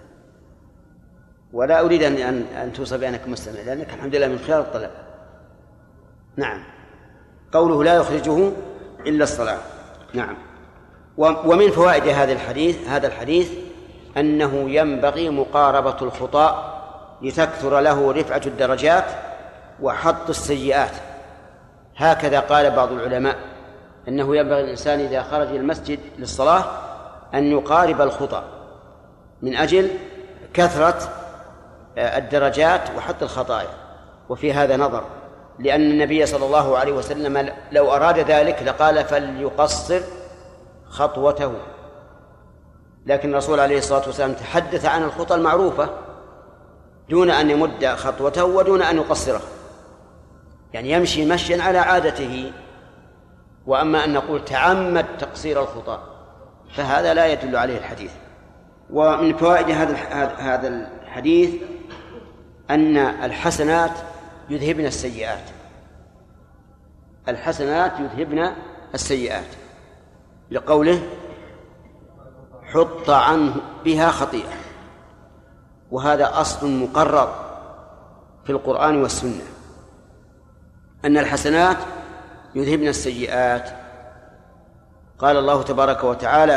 ولا أريد أن أن توصف بأنك مستمع، لأنك الحمد لله من خيار الطلبة. نعم. قوله لا يخرجه إلا الصلاة. نعم. ومن فوائد هذا الحديث هذا الحديث أنه ينبغي مقاربة الخطاء لتكثر له رفعة الدرجات وحط السيئات. هكذا قال بعض العلماء أنه ينبغي الإنسان إذا خرج إلى المسجد للصلاة أن يقارب الخطأ من أجل كثرة الدرجات وحط الخطايا. وفي هذا نظر، لأن النبي صلى الله عليه وسلم لو أراد ذلك لقال فليقصر خطوته، لكن الرسول عليه الصلاة والسلام تحدث عن الخطى المعروفة دون أن يمد خطوته ودون أن يقصره، يعني يمشي مشيا على عادته. وأما أن نقول تعمد تقصير الخطى فهذا لا يدل عليه الحديث. ومن فوائد هذا هذا الحديث أن الحسنات يذهبن السيئات. الحسنات يذهبن السيئات لقوله حط عنه بها خطيئة، وهذا أصل مقرر في القرآن والسنة أن الحسنات يذهبن السيئات. قال الله تبارك وتعالى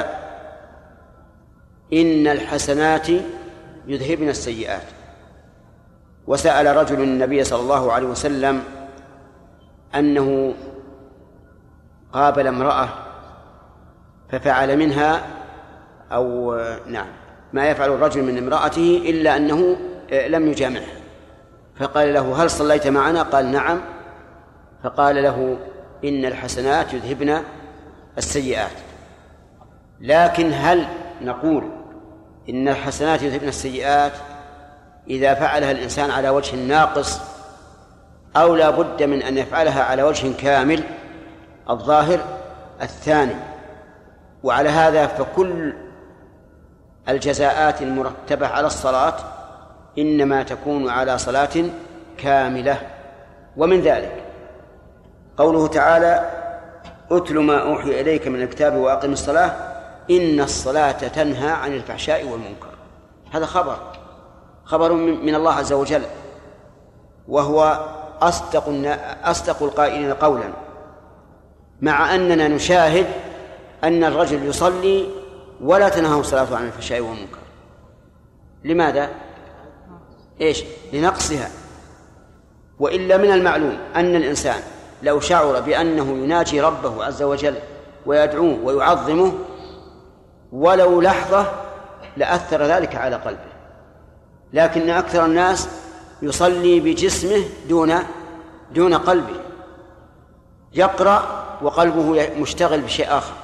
إن الحسنات يذهبن السيئات. وسأل رجل النبي صلى الله عليه وسلم أنه قابل امرأة ففعل منها أو نعم ما يفعل الرجل من امرأته إلا أنه لم يجامعها، فقال له هل صليت معنا؟ قال نعم. فقال له إن الحسنات يذهبن السيئات. لكن هل نقول إن الحسنات يذهبن السيئات إذا فعلها الإنسان على وجه ناقص، أو لا بد من أن يفعلها على وجه كامل؟ الظاهر الثاني. وعلى هذا فكل الجزاءات المرتبة على الصلاة إنما تكون على صلاة كاملة. ومن ذلك قوله تعالى أتل ما أوحي إليك من الكتاب وأقم الصلاة إن الصلاة تنهى عن الفحشاء والمنكر. هذا خبر خبر من الله عز وجل، وهو أصدق أصدق القائلين قولا، مع أننا نشاهد أن الرجل يصلي ولا تنهى الصلاة عن الفحشاء والمنكر. لماذا؟ إيش؟ لنقصها. وإلا من المعلوم أن الإنسان لو شعر بأنه يناجي ربه عز وجل ويدعوه ويعظمه ولو لحظة لأثر ذلك على قلبه، لكن أكثر الناس يصلي بجسمه دون دون قلبه، يقرأ وقلبه مشتغل بشيء آخر،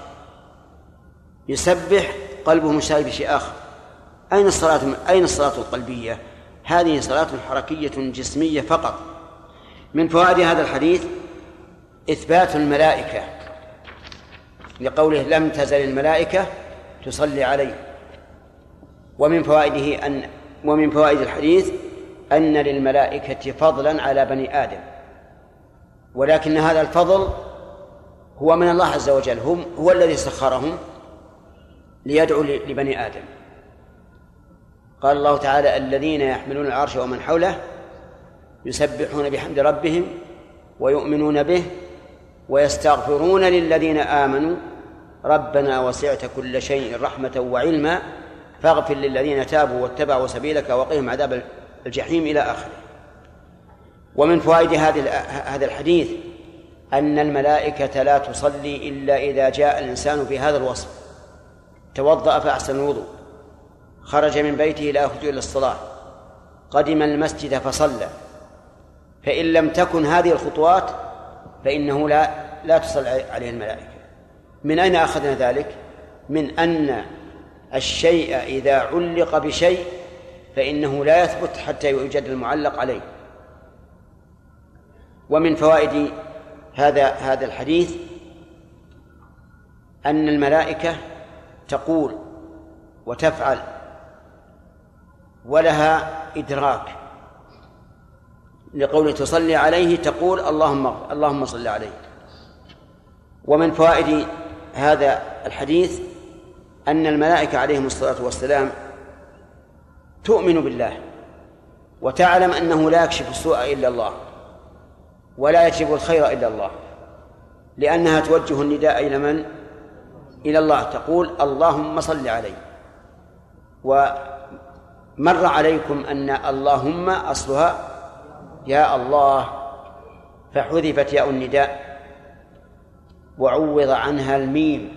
يسبح قلبه مشتغل بشيء آخر. أين الصلاة؟ أين الصلاة القلبية؟ هذه صلاة حركية جسمية فقط. من فوائد هذا الحديث إثبات الملائكة لقوله لم تزل الملائكة تصلي عليه. ومن فوائده أن ومن فوائد الحديث أن للملائكة فضلا على بني آدم، ولكن هذا الفضل هو من الله عز وجل، هم هو الذي سخرهم ليدعوا لبني آدم. قال الله تعالى الذين يحملون العرش ومن حوله يسبحون بحمد ربهم ويؤمنون به ويستغفرون للذين آمنوا ربنا وسعت كل شيء رحمة وعلما فاغفر للذين تابوا واتبعوا سبيلك وقهم عذاب الجحيم إلى آخره. ومن فوائد هذا الحديث أن الملائكة لا تصلي إلا إذا جاء الإنسان في هذا الوصف: توضأ فأحسن الوضوء، خرج من بيته لا يخرج إلى الصلاة، قدم المسجد فصلى. فإن لم تكن هذه الخطوات فإنه لا لا تصلي عليه الملائكة. من أين أخذنا ذلك؟ من أن الشيء إذا علق بشيء فإنه لا يثبت حتى يوجد المعلق عليه. ومن فوائد هذا هذا الحديث أن الملائكة تقول وتفعل ولها إدراك، لقوله تصلي عليه تقول اللهم اللهم صل عليه. ومن فوائد هذا الحديث أن الملائكة عليهم الصلاة والسلام تؤمن بالله وتعلم أنه لا يكشف السوء إلا الله ولا يجلب الخير إلا الله، لأنها توجه النداء إلى من؟ إلى الله، تقول اللهم صل عليه. ومر عليكم أن اللهم أصلها يا الله، فحذفت ياء النداء وعوض عنها الميم،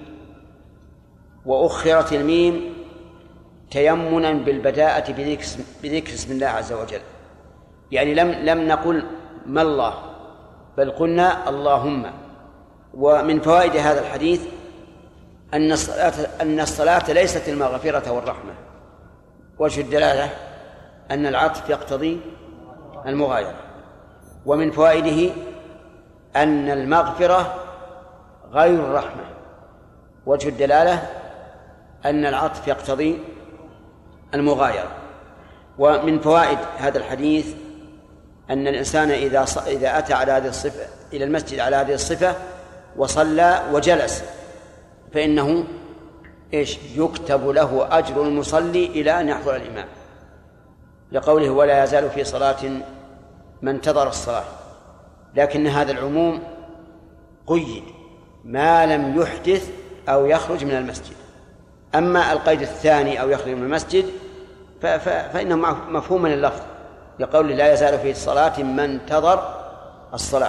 وأخرت الميم تيمنا بالبداءة بذكر اسم الله عز وجل، يعني لم لم نقل ما الله بل قلنا اللهم. ومن فوائد هذا الحديث أن الصلاة أن الصلاة ليست المغفرة والرحمة. وجه الدلالة أن العطف يقتضي المغايرة. ومن فوائده أن المغفرة غير الرحمة. وجه الدلالة أن العطف يقتضي المغايرة. ومن فوائد هذا الحديث أن الإنسان إذا إذا أتى على هذه الصفة إلى المسجد على هذه الصفة وصلى وجلس فإنه إيش يكتب له أجر المصلي إلى أن يحضر الإمام، لقوله ولا يزال في صلاة من انتظر الصلاة. لكن هذا العموم قيد ما لم يحدث أو يخرج من المسجد. أما القيد الثاني أو يخرج من المسجد فإنه مفهوم من اللفظ، لقول لا يزال في صلاة من انتظر الصلاة.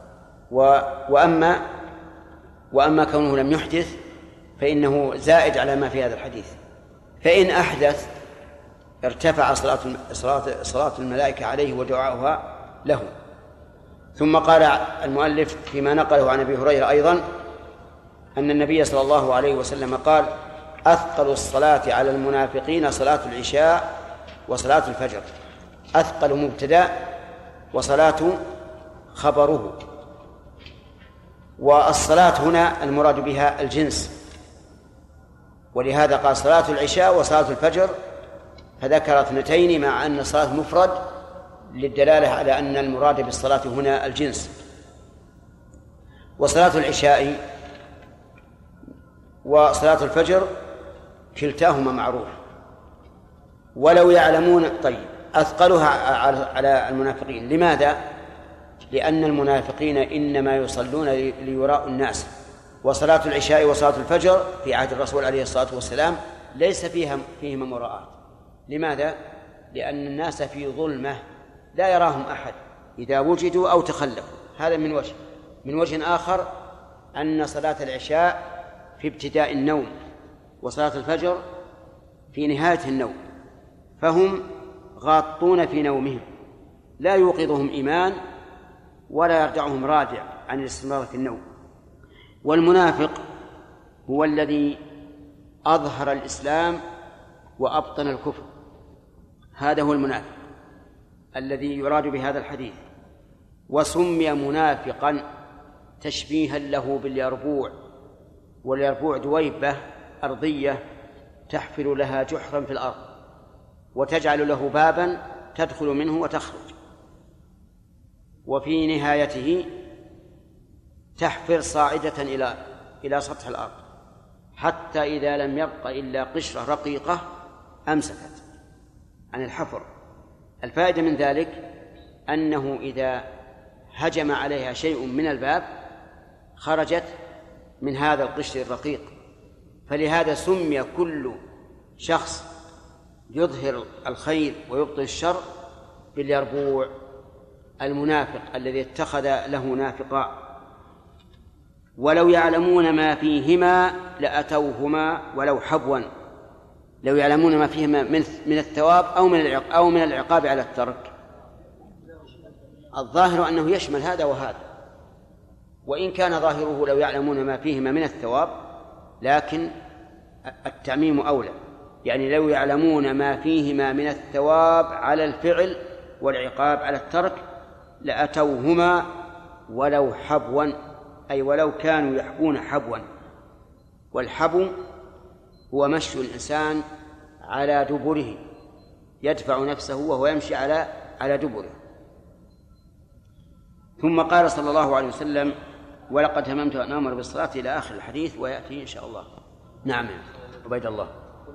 وأما وأما كونه لم يحدث فإنه زائد على ما في هذا الحديث. فإن أحدث ارتفع صلاة صلاة صلاة الملائكة عليه ودعاؤها له. ثم قال المؤلف فيما نقله عن أبي هريرة أيضا أن النبي صلى الله عليه وسلم قال أثقل الصلاة على المنافقين صلاة العشاء وصلاة الفجر. أثقل مبتدأ وصلاة خبره. والصلاة هنا المراد بها الجنس، ولهذا قال صلاة العشاء وصلاة الفجر، فذكر اثنتين مع أن الصلاة مفرد للدلالة على أن المراد بالصلاة هنا الجنس. وصلاة العشاء وصلاة الفجر كلتاهما معروف. ولو يعلمون طيب أثقلها على المنافقين. لماذا؟ لأن المنافقين إنما يصلون ليراء الناس، وصلاة العشاء وصلاة الفجر في عهد الرسول عليه الصلاة والسلام ليس فيها فيهما مراءة. لماذا؟ لأن الناس في ظلمة لا يراهم أحد إذا وجدوا أو تخلفوا. هذا من وجه. من وجه آخر أن صلاة العشاء في ابتداء النوم وصلاة الفجر في نهاية النوم، فهم غاطون في نومهم لا يوقظهم إيمان ولا يرجعهم رادع عن الاستمرار في النوم. والمنافق هو الذي أظهر الإسلام وأبطن الكفر، هذا هو المنافق الذي يراد بهذا الحديث. وسمي منافقا تشبيها له باليربوع، واليربوع دويبة أرضية تحفر لها جحرا في الأرض وتجعل له بابا تدخل منه وتخرج، وفي نهايته تحفر صاعدة إلى إلى سطح الأرض حتى إذا لم يبق إلا قشرة رقيقة أمسكت عن الحفر. الفائدة من ذلك أنه إذا هجم عليها شيء من الباب خرجت من هذا القشر الرقيق. فلهذا سمي كل شخص يظهر الخير ويبطل الشر باليربوع، المنافق الذي اتخذ له نافقا. ولو يعلمون ما فيهما لأتوهما ولو حبوا. لو يعلمون ما فيهما من الثواب أو من العقاب أو من العقاب على الترك. الظاهر أنه يشمل هذا وهذا، وإن كان ظاهره لو يعلمون ما فيهما من الثواب، لكن التعميم أولى، يعني لو يعلمون ما فيهما من الثواب على الفعل والعقاب على الترك لأتوهما ولو حبوا، أي ولو كانوا يحبون حبوا. والحبو هو مشي الإنسان على دبره، يدفع نفسه وهو يمشي على على دبره. ثم قال صلى الله عليه وسلم: ولقد هممت أن آمر بالصلاة إلى آخر الحديث، ويأتي إن شاء الله. نعم عبيد الله.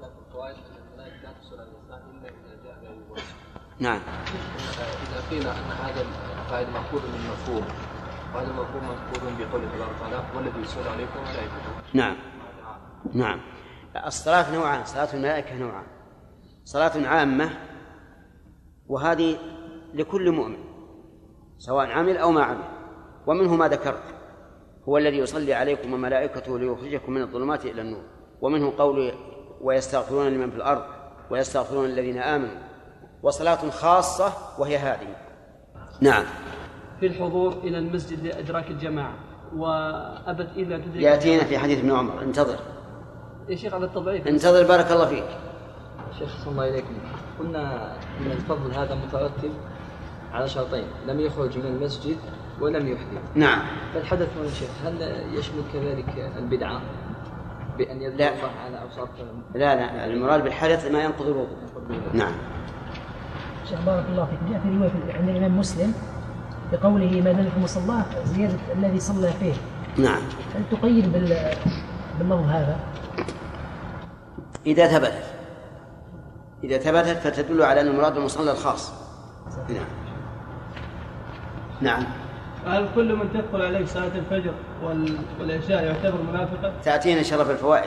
نعم. إذا قيل أن هذا القائد مأخوذ من مفهوم، وهذا المفهوم مأخوذ بقول الله تعالى: والذي يصلي عليكم وملائكته. نعم نعم. الصلاة نوعان: صلاة الملائكة نوعان، صلاة عامة وهذه لكل مؤمن سواء عمل أو ما عمل، ومنه ما ذكرت: هو الذي يصلي عليكم وملائكته ليخرجكم من الظلمات إلى النور. ومنه قول: ويستغفرون لمن في الأرض ويستغفرون الذين آمنوا. وصلاة خاصة وهي هذه. نعم. في الحضور إلى المسجد لإدراك الجماعة وأبت إلا تدرك. يأتينا في حديث ابن عمر. انتظر يا شيخ على التضعيف. انتظر بارك الله فيك. شيخ صلى الله إليكم، قلنا أن الفضل هذا مترتب على شرطين: لم يخرج من المسجد ولم يحدث. نعم. فالحدث هنا شيخ هل يشمل كذلك البدعة بأن يذكر الله على أوصاف؟ لا لا، المراد بالحدث ما ينقض الوضوء. نعم. شيخ بارك الله فيك، جاء في رواية عند الإمام مسلم بقوله: ما دام في مصلاه زيادة الذي صلى فيه. نعم. هل تقيد بال بالله هذا؟ إذا ثبتت إذا ثبتت فتدل على أن المراد المصلى الخاص. نعم. نعم. هل كل من تدخل عليه صلاة الفجر والعشاء يعتبر منافقا؟ تأتينا إن شاء الله في الفوائد.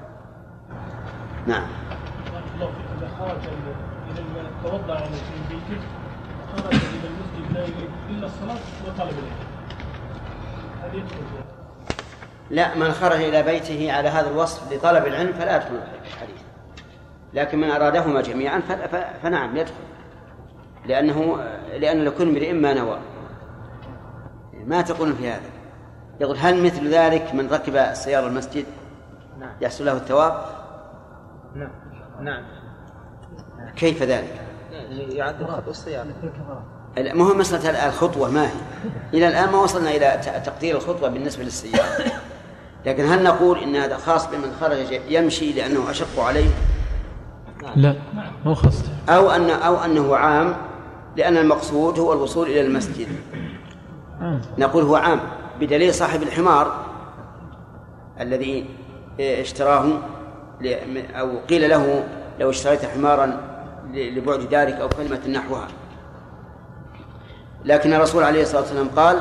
نعم. الله إذا خرج إلى توضأ على في بيته خرج إلى المسجد لا يريد إلا الصلاة وطلب العلم، هل يدخل؟ لا، من خرج إلى بيته على هذا الوصف لطلب العلم فلا يدخل الحديث، لكن من أرادهما جميعا فنعم يدخل، لأنه لأن لكل امرئ ما نوى. ما تقول في هذا؟ يقول: هل مثل ذلك من ركب السيارة المسجد يحصل له الثواب؟ نعم. نعم. كيف ذلك؟ يعد خطوة السيارة. المهم مسألة الخطوة ما هي؟ إلى الآن ما وصلنا إلى تقدير الخطوة بالنسبة للسيارة، لكن هل نقول إن هذا خاص بمن خرج يمشي لأنه أشق عليه؟ لا، مو خاص. أو أن أو أنه عام لأن المقصود هو الوصول إلى المسجد. نقول هو عام بدليل صاحب الحمار الذي اشتراه أو قيل له: لو اشتريت حمارا لبعد دارك أو كلمة نحوها. لكن الرسول عليه الصلاة والسلام قال: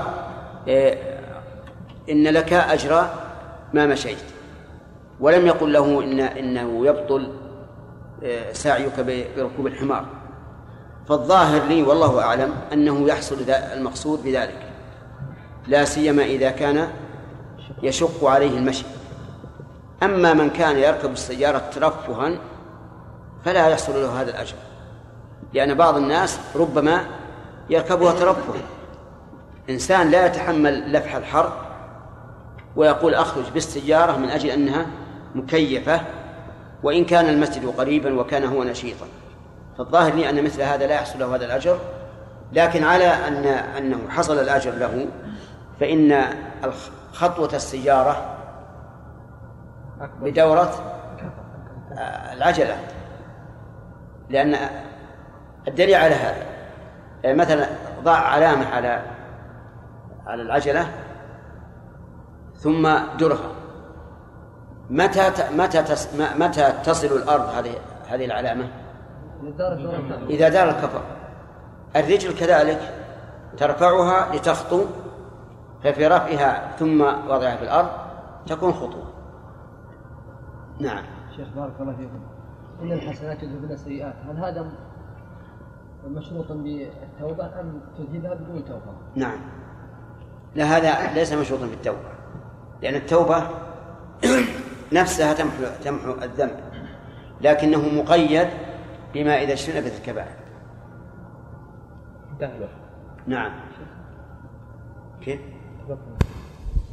إن لك أجر ما مشيت، ولم يقل له إن إنه يبطل سعيك بركوب الحمار. فالظاهر لي والله أعلم أنه يحصل المقصود بذلك، لا سيما إذا كان يشق عليه المشي. أما من كان يركب السيارة ترفها فلا يحصل له هذا الأجر، لأن بعض الناس ربما يركبها ترفها. إنسان لا يتحمل لفح الحر ويقول: أخرج بالسيارة من أجل أنها مكيفة، وإن كان المسجد قريبا وكان هو نشيطا. فالظاهر لي أن مثل هذا لا يحصل له هذا الأجر، لكن على أن أنه حصل الأجر له فإن خطوة السيارة بدورة العجلة، لأن الدليل على هذا مثلا ضع علامة على على العجلة ثم درها، متى متى متى تصل الأرض هذه هذه العلامة؟ إذا دار الكفر. الرجل كذلك ترفعها لتخطو، ففي رفعها ثم وضعها في الأرض تكون خطوة. نعم. شيخ بارك الله فيكم، إن الحسنات يذهبن السيئات، هل هذا مشروط بالتوبة أم تذهبها بدون توبة؟ نعم. لا، هذا ليس مشروطا بالتوبة، لأن التوبة نفسها تمحو تمحو الذنب، لكنه مقيد بما إذا اجتنبت الكبائر. تهلك. نعم. كيف؟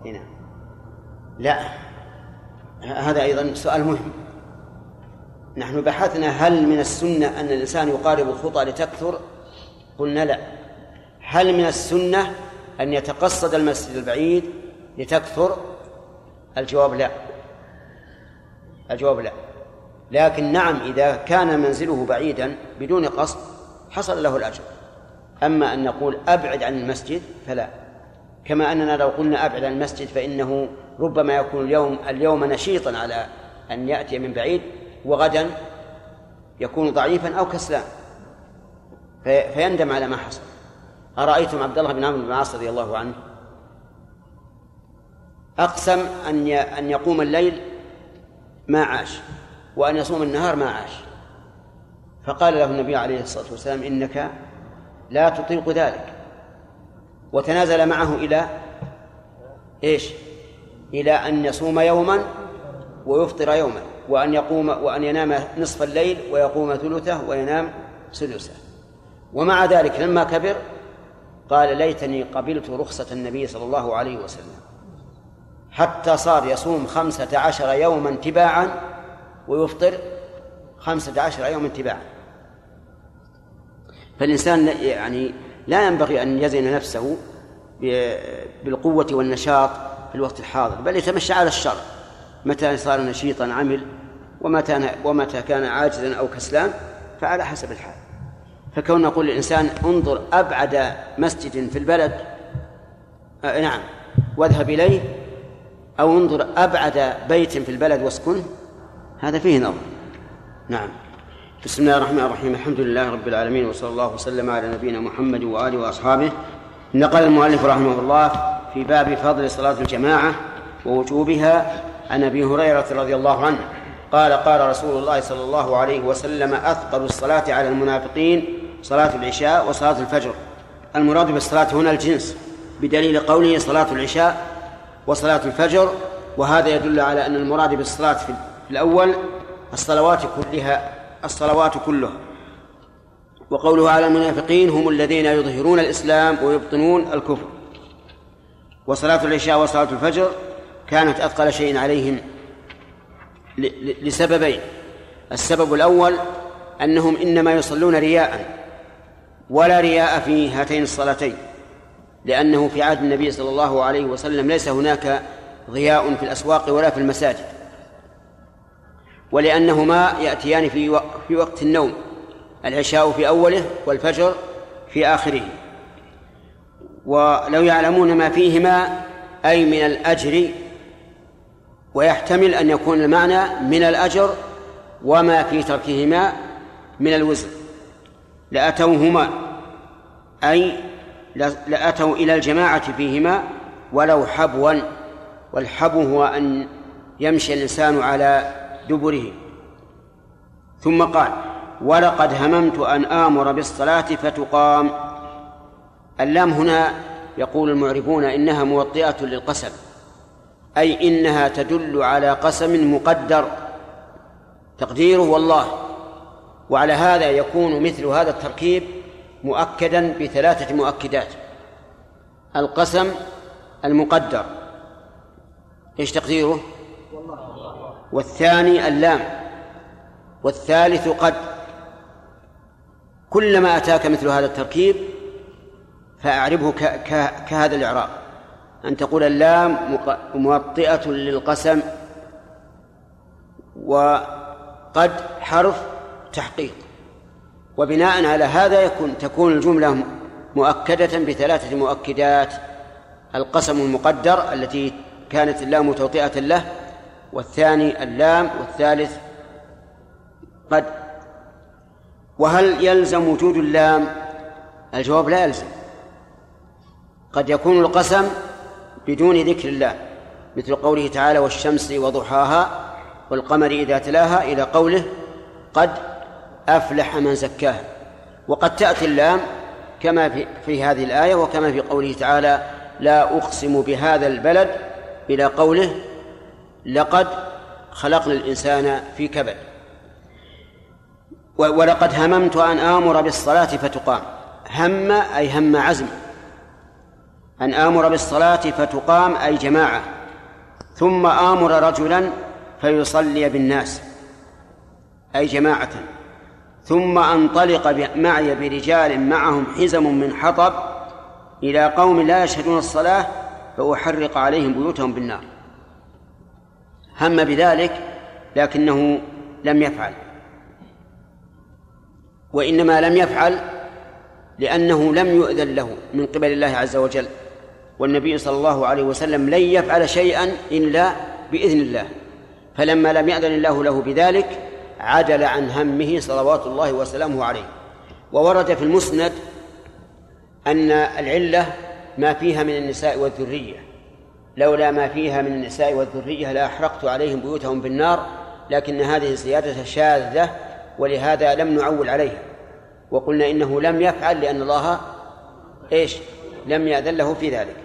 هنا لا، هذا أيضا سؤال مهم. نحن بحثنا هل من السنة أن الإنسان يقارب الخطى لتكثر؟ قلنا لا. هل من السنة أن يتقصد المسجد البعيد لتكثر؟ الجواب لا. الجواب لا. لكن نعم، إذا كان منزله بعيدا بدون قصد حصل له الأجر. أما أن نقول أبعد عن المسجد فلا، كما أننا لو قلنا أبعد عن المسجد فإنه ربما يكون اليوم اليوم نشيطا على أن يأتي من بعيد، وغدا يكون ضعيفا أو كسلان فيندم على ما حصل. أرأيتم عبد الله بن عمرو بن العاص رضي الله عنه أقسم أن أن يقوم الليل ما عاش، وأن يصوم النهار ما عاش، فقال له النبي عليه الصلاة والسلام إنك لا تطيق ذلك، وتنازل معه إلى إيش؟ إلى أن يصوم يوما ويفطر يوما، وأن يقوم وأن ينام نصف الليل ويقوم ثلثه وينام سدسه. ومع ذلك لما كبر قال ليتني قبلت رخصة النبي صلى الله عليه وسلم، حتى صار يصوم خمسة عشر يوما تباعا ويفطر خمسة عشر يوما تباعا. فالإنسان يعني لا ينبغي أن يزن نفسه بالقوة والنشاط في الوقت الحاضر، بل يتمشى على الشر، متى صار نشيطا عمل، ومتى ومتى كان عاجزا أو كسلان فعلى حسب الحال. فكون نقول للإنسان انظر أبعد مسجد في البلد آه نعم واذهب إليه، أو انظر أبعد بيت في البلد واسكنه، هذا فيه نظر. نعم. بسم الله الرحمن الرحيم. الحمد لله رب العالمين، وصلى الله وسلم على نبينا محمد وآله وأصحابه. نقل المؤلف رحمه الله في باب فضل صلاة الجماعة ووجوبها عن أبي هريرة رضي الله عنه قال قال رسول الله صلى الله عليه وسلم أثقل الصلاة على المنافقين صلاة العشاء وصلاة الفجر. المراد بالصلاة هنا الجنس، بدليل قوله صلاة العشاء وصلاة الفجر، وهذا يدل على أن المراد بالصلاة في الأول الصلوات كلها الصلوات كلها. وقوله على المنافقين هم الذين يظهرون الإسلام ويبطنون الكفر. وصلاة العشاء وصلاة الفجر كانت أثقل شيء عليهم لسببين. السبب الأول أنهم إنما يصلون رياء، ولا رياء في هاتين الصلاتين، لأنه في عهد النبي صلى الله عليه وسلم ليس هناك ضياء في الأسواق ولا في المساجد، ولأنهما يأتيان في في وقت النوم، العشاء في أوله والفجر في آخره. ولو يعلمون ما فيهما أي من الأجر، ويحتمل أن يكون المعنى من الأجر وما في تركهما من الوزر لأتوهما، أي لأتوا إلى الجماعة فيهما ولو حبوا. والحبو هو أن يمشي الإنسان على دبره. ثم قال ولقد هممت أن آمر بالصلاة فتقام. اللام هنا يقول المعربون إنها موطئة للقسم، أي إنها تدل على قسم مقدر تقديره والله. وعلى هذا يكون مثل هذا التركيب مؤكدا بثلاثة مؤكدات: القسم المقدر إيش تقديره؟ والثاني اللام، والثالث قد. كلما أتاك مثل هذا التركيب فأعربه كهذا الإعراب، أن تقول اللام موطئة للقسم، وقد حرف تحقيق. وبناء على هذا يكون تكون الجملة مؤكدة بثلاثة مؤكدات: القسم المقدر التي كانت اللام توطئة له، والثاني اللام، والثالث قد. وهل يلزم وجود اللام؟ الجواب لا يلزم. قد يكون القسم بدون ذكر الله، مثل قوله تعالى والشمس وضحاها والقمر إذا تلاها إلى قوله قد أفلح من زكاها. وقد تأتي اللام كما في, في هذه الآية، وكما في قوله تعالى لا أقسم بهذا البلد إلى قوله لقد خلقنا الإنسان في كبد. ولقد هممت أن آمر بالصلاة فتقام. هم أي هم عزم، أن آمر بالصلاة فتقام أي جماعة، ثم آمر رجلا فيصلي بالناس أي جماعة، ثم أنطلق معي برجال معهم حزم من حطب إلى قوم لا يشهدون الصلاة فأحرق عليهم بيوتهم بالنار. هم بذلك لكنه لم يفعل، وإنما لم يفعل لأنه لم يؤذن له من قبل الله عز وجل، والنبي صلى الله عليه وسلم لن يفعل شيئا إلا بإذن الله، فلما لم يأذن الله له بذلك عدل عن همه صلوات الله وسلامه عليه. وورد في المسند أن العلة ما فيها من النساء والذرية، لولا ما فيها من النساء والذرية لأحرقت عليهم بيوتهم بالنار، لكن هذه زيادة شاذة ولهذا لم نعول عليها، وقلنا إنه لم يفعل لأن الله إيش لم يأذن له في ذلك.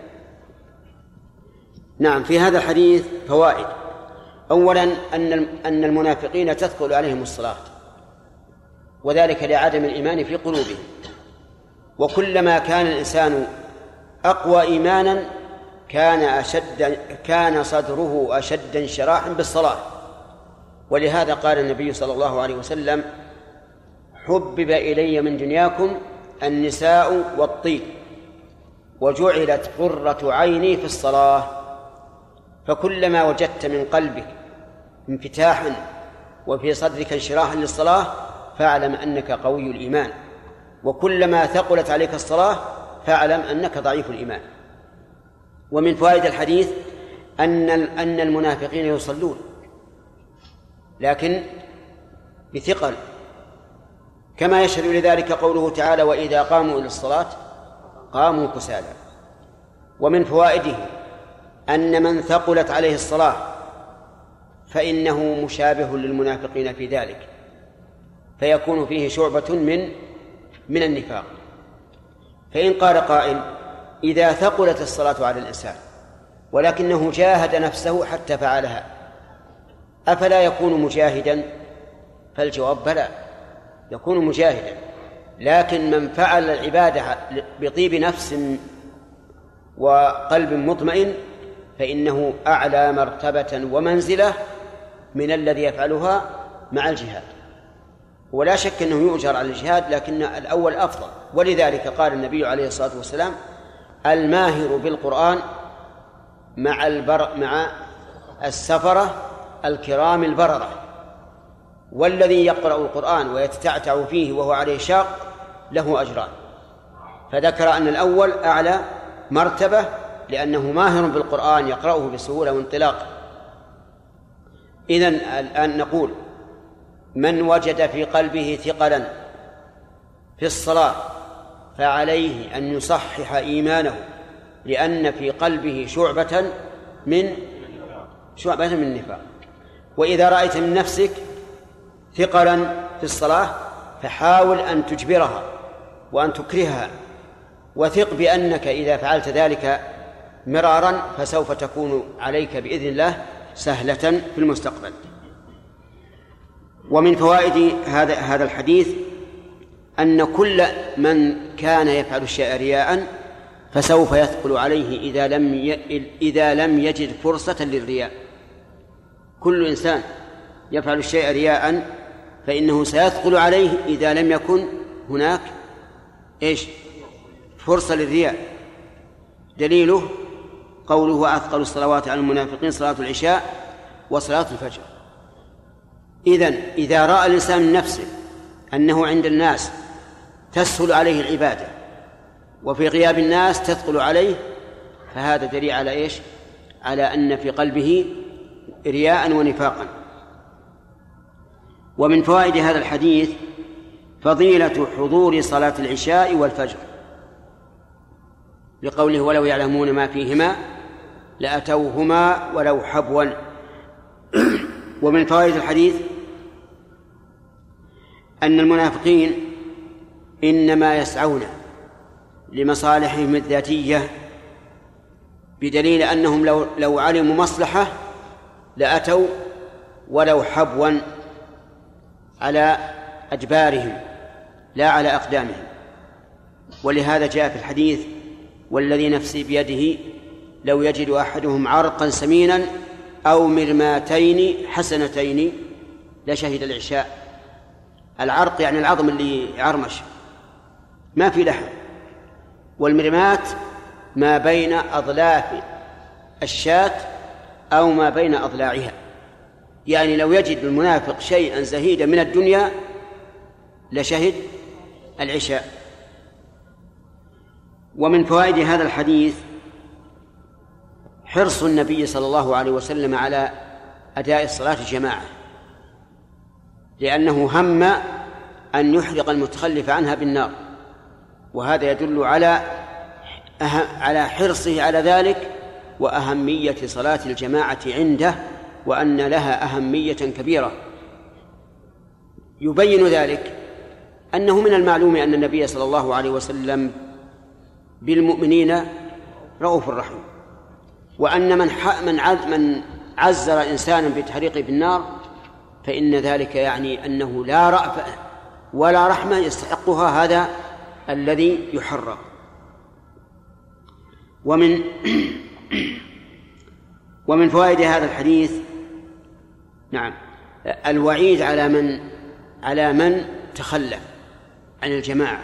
نعم، في هذا الحديث فوائد. أولا أن أن المنافقين تثقل عليهم الصلاة، وذلك لعدم الإيمان في قلوبهم، وكلما كان الإنسان أقوى إيمانا كان أشد كان صدره أشد انشراحا بالصلاة. ولهذا قال النبي صلى الله عليه وسلم: حبب إلي من دنياكم النساء والطيب وجعلت قرة عيني في الصلاة. فكلما وجدت من قلبك انفتاحا وفي صدرك انشراحا للصلاة فاعلم أنك قوي الإيمان، وكلما ثقلت عليك الصلاة فاعلم أنك ضعيف الإيمان. ومن فوائد الحديث أن أن المنافقين يصلون لكن بثقل، كما يشهد لذلك قوله تعالى: وإذا قاموا إلى الصلاة قاموا كسالى. ومن فوائده أن من ثقلت عليه الصلاة فإنه مشابه للمنافقين في ذلك، فيكون فيه شعبة من من النفاق. فإن قال قائل: إذا ثقلت الصلاة على الإنسان ولكنه جاهد نفسه حتى فعلها أفلا يكون مجاهدا؟ فالجواب بلى، يكون مجاهدا، لكن من فعل العبادة بطيب نفس وقلب مطمئن فإنه أعلى مرتبة ومنزلة من الذي يفعلها مع الجهاد. ولا شك أنه يؤجر على الجهاد، لكن الأول أفضل. ولذلك قال النبي عليه الصلاة والسلام: الماهر بالقرآن مع البر مع السفرة الكرام البررة، والذي يقرأ القرآن ويتتعتع فيه وهو عليه شاق له أجران. فذكر أن الأول أعلى مرتبة لأنه ماهر بالقرآن يقرأه بسهولة وانطلاق. إذن الآن نقول: من وجد في قلبه ثقلا في الصلاة فعليه أن يصحح إيمانه، لأن في قلبه شعبة من شعبة من النفاق. وإذا رأيت من نفسك ثقلا في الصلاة فحاول أن تجبرها وأن تكرهها، وثق بأنك إذا فعلت ذلك مرارا فسوف تكون عليك بإذن الله سهلة في المستقبل. ومن فوائد هذا هذا الحديث أن كل من كان يفعل الشيء رياء فسوف يثقل عليه إذا لم إذا لم يجد فرصة للرياء. كل إنسان يفعل الشيء رياء فإنه سيثقل عليه إذا لم يكن هناك إيش فرصة للرياء. دليله قوله: أثقل الصلوات على المنافقين صلاة العشاء وصلاة الفجر. إذن إذا رأى الإنسان من نفسه أنه عند الناس تسهل عليه العبادة وفي غياب الناس تثقل عليه فهذا دليل على إيش؟ على أن في قلبه رياء ونفاقا. ومن فوائد هذا الحديث فضيلة حضور صلاة العشاء والفجر، لقوله: ولو يعلمون ما فيهما لأتوهما ولو حبوا. ومن فوائد الحديث أن المنافقين إنما يسعون لمصالحهم الذاتية، بدليل أنهم لو, لو علموا مصلحة لأتوا ولو حبوا على أدبارهم لا على أقدامهم. ولهذا جاء في الحديث والذي نفسي بيده لو يجد أحدهم عرقا سمينا أو مرماتين حسنتين لشهد العشاء. العرق يعني العظم اللي يعرمش ما في لحم، والمرمات ما بين أضلاف الشاة أو ما بين أضلاعها، يعني لو يجد المنافق شيئا زهيدا من الدنيا لشهد العشاء. ومن فوائد هذا الحديث حرص النبي صلى الله عليه وسلم على أداء الصلاة الجماعة، لأنه هم أن يحرق المتخلف عنها بالنار، وهذا يدل على على حرصه على ذلك وأهمية صلاة الجماعة عنده، وأن لها أهمية كبيرة. يبين ذلك أنه من المعلوم أن النبي صلى الله عليه وسلم بالمؤمنين رؤوف رحيم، وأن من من من عزر إنسانا بتحريقه بالنار فإن ذلك يعني أنه لا رأفة ولا رحمة يستحقها هذا الذي يحرق. ومن ومن فوائد هذا الحديث نعم الوعيد على من على من تخلف عن الجماعة،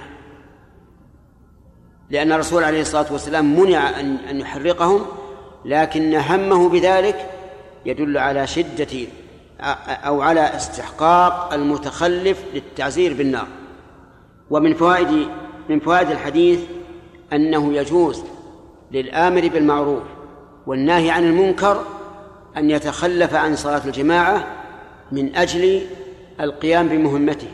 لأن الرسول عليه الصلاة والسلام منع أن أن يحرقهم، لكن همه بذلك يدل على شدة أو على استحقاق المتخلف للتعزير بالنار. ومن فوائد من فوائد الحديث أنه يجوز للآمر بالمعروف والناهي عن المنكر أن يتخلف عن صلاة الجماعة من أجل القيام بمهمته.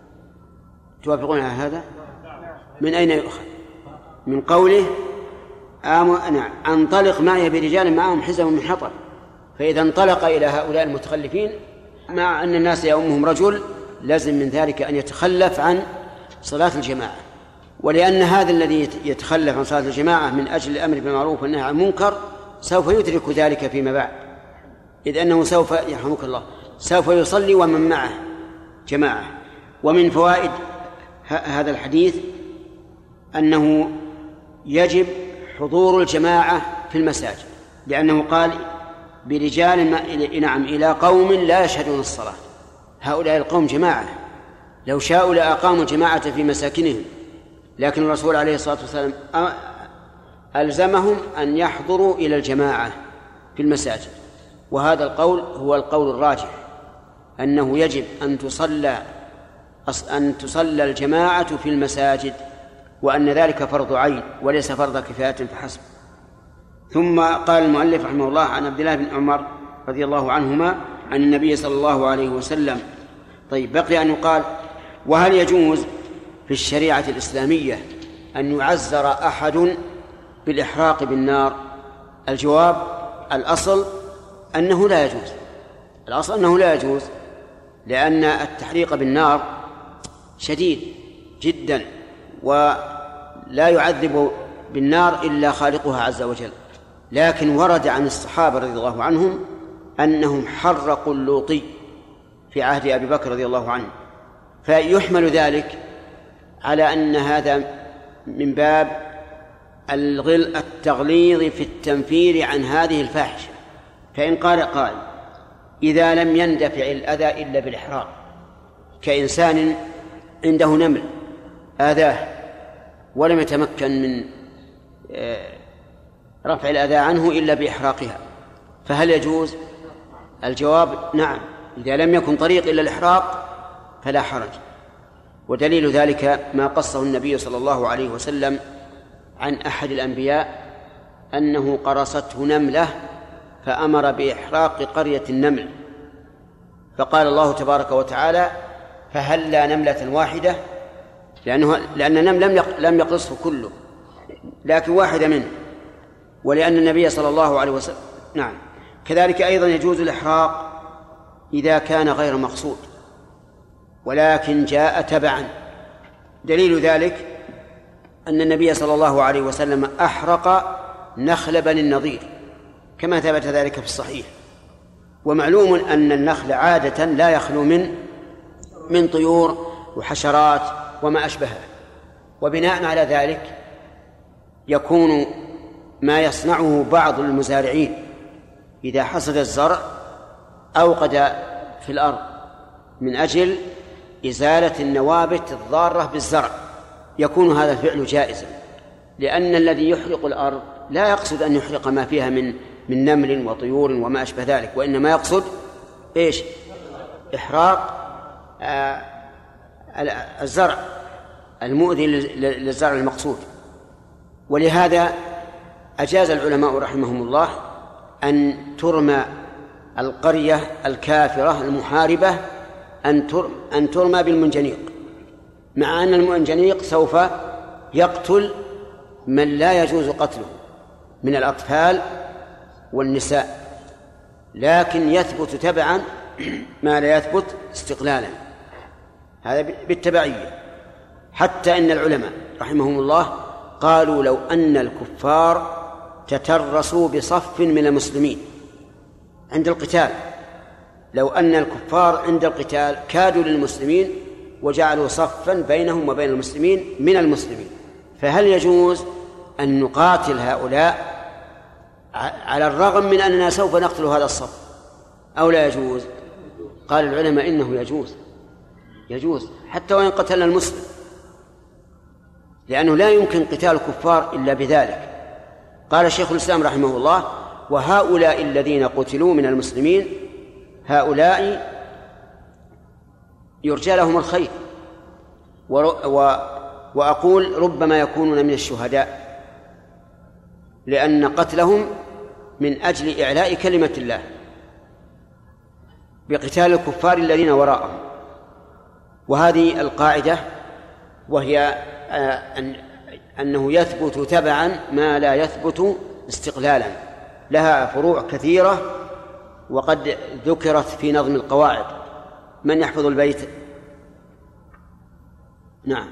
توافقون على هذا؟ من أين يؤخذ؟ من قوله آم... نعم انطلق معي برجال معهم حزم من حطب، فإذا انطلق إلى هؤلاء المتخلفين مع أن الناس يؤمهم رجل لازم من ذلك أن يتخلف عن صلاة الجماعة. ولأن هذا الذي يتخلف عن صلاة الجماعة من أجل الأمر بالمعروف والنهي عن المنكر سوف يدرك ذلك فيما بعد، إذ أنه سوف يرحمك الله سوف يصلي ومن معه جماعة. ومن فوائد هذا الحديث أنه يجب حضور الجماعة في المساجد، لأنه قال برجال نعم إلى قوم لا يشهدون الصلاة. هؤلاء القوم جماعة، لو شاءوا لأقاموا الجماعة في مساكنهم، لكن الرسول عليه الصلاة والسلام ألزمهم أن يحضروا إلى الجماعة في المساجد. وهذا القول هو القول الراجح، أنه يجب أن تصلى أن تصلى الجماعة في المساجد، وأن ذلك فرض عين وليس فرض كفاية فحسب. ثم قال المؤلف رحمه الله عن عبد الله بن عمر رضي الله عنهما عن النبي صلى الله عليه وسلم. طيب بقي أن يقال وهل يجوز في الشريعة الإسلامية أن يعزر أحد بالإحراق بالنار؟ الجواب الأصل أنه لا يجوز، الأصل أنه لا يجوز، لأن التحريق بالنار شديد جدا ولا يعذب بالنار إلا خالقها عز وجل. لكن ورد عن الصحابة رضي الله عنهم أنهم حرقوا اللوطي في عهد أبي بكر رضي الله عنه، فيحمل ذلك على أن هذا من باب الغل التغليظ في التنفير عن هذه الفاحشة. فإن قال قائل إذا لم يندفع الأذى إلا بالإحراق، كإنسان عنده نمل آذاه ولم يتمكن من رفع الأذى عنه إلا بإحراقها، فهل يجوز؟ الجواب نعم، إذا لم يكن طريق إلا الإحراق فلا حرج. ودليل ذلك ما قصه النبي صلى الله عليه وسلم عن أحد الأنبياء أنه قرصته نملة فأمر بإحراق قرية النمل، فقال الله تبارك وتعالى فهلا نملة واحدة، لأنه لأن النمل لم يقرصه كله لكن واحدة منه، ولأن النبي صلى الله عليه وسلم نعم. كذلك أيضا يجوز الإحراق إذا كان غير مقصود ولكن جاء تبعا. دليل ذلك أن النبي صلى الله عليه وسلم أحرق نخل بني النضير كما ثبت ذلك في الصحيح. ومعلوم أن النخل عادة لا يخلو من من طيور وحشرات وما أشبهه، وبناء على ذلك يكون ما يصنعه بعض المزارعين إذا حصد الزرع أوقد في الأرض من أجل إزالة النوابت الضارة بالزرع، يكون هذا الفعل جائزا، لأن الذي يحرق الأرض لا يقصد أن يحرق ما فيها من من نمل وطيور وما أشبه ذلك، وإنما يقصد إيش؟ إحراق آه الزرع المؤذي للزرع المقصود. ولهذا أجاز العلماء رحمهم الله أن ترمى القرية الكافرة المحاربة أن ترمى بالمنجنيق، مع أن المنجنيق سوف يقتل من لا يجوز قتله من الأطفال والنساء، لكن يثبت تبعا ما لا يثبت استقلالا، هذا بالتبعية. حتى إن العلماء رحمهم الله قالوا لو أن الكفار تترسوا بصف من المسلمين عند القتال، لو أن الكفار عند القتال كادوا للمسلمين وجعلوا صفا بينهم وبين المسلمين من المسلمين، فهل يجوز أن نقاتل هؤلاء على الرغم من أننا سوف نقتل هذا الصف أو لا يجوز؟ قال العلماء إنه يجوز، يجوز حتى وإن قتلنا المسلم، لأنه لا يمكن قتال الكفار إلا بذلك. قال شيخ الإسلام رحمه الله: وهؤلاء الذين قتلوا من المسلمين هؤلاء يرجى لهم الخير، وأقول ربما يكونون من الشهداء، لأن قتلهم من أجل إعلاء كلمة الله بقتال الكفار الذين وراءهم. وهذه القاعدة وهي أنه يثبت تبعا ما لا يثبت استقلالا، لها فروع كثيرة وقد ذكرت في نظم القواعد. من يحفظ البيت؟ نعم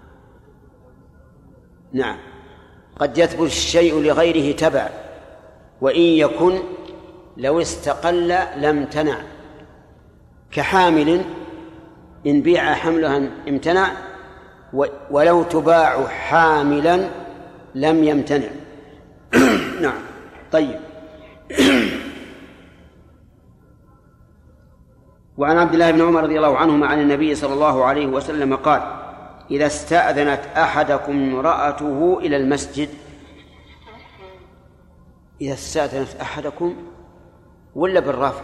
نعم قد يثبت الشيء لغيره تبع، وإن يكن لو استقل لم تنع، كحامل إن بيع حملها امتنع، ولو تباع حاملا لم يمتنع. نعم. طيب. وعن عبد الله بن عمر رضي الله عنهما عن النبي صلى الله عليه وسلم قال: إذا استأذنت أحدكم امرأته إلى المسجد. إذا استأذنت أحدكم ولا بالرفع؟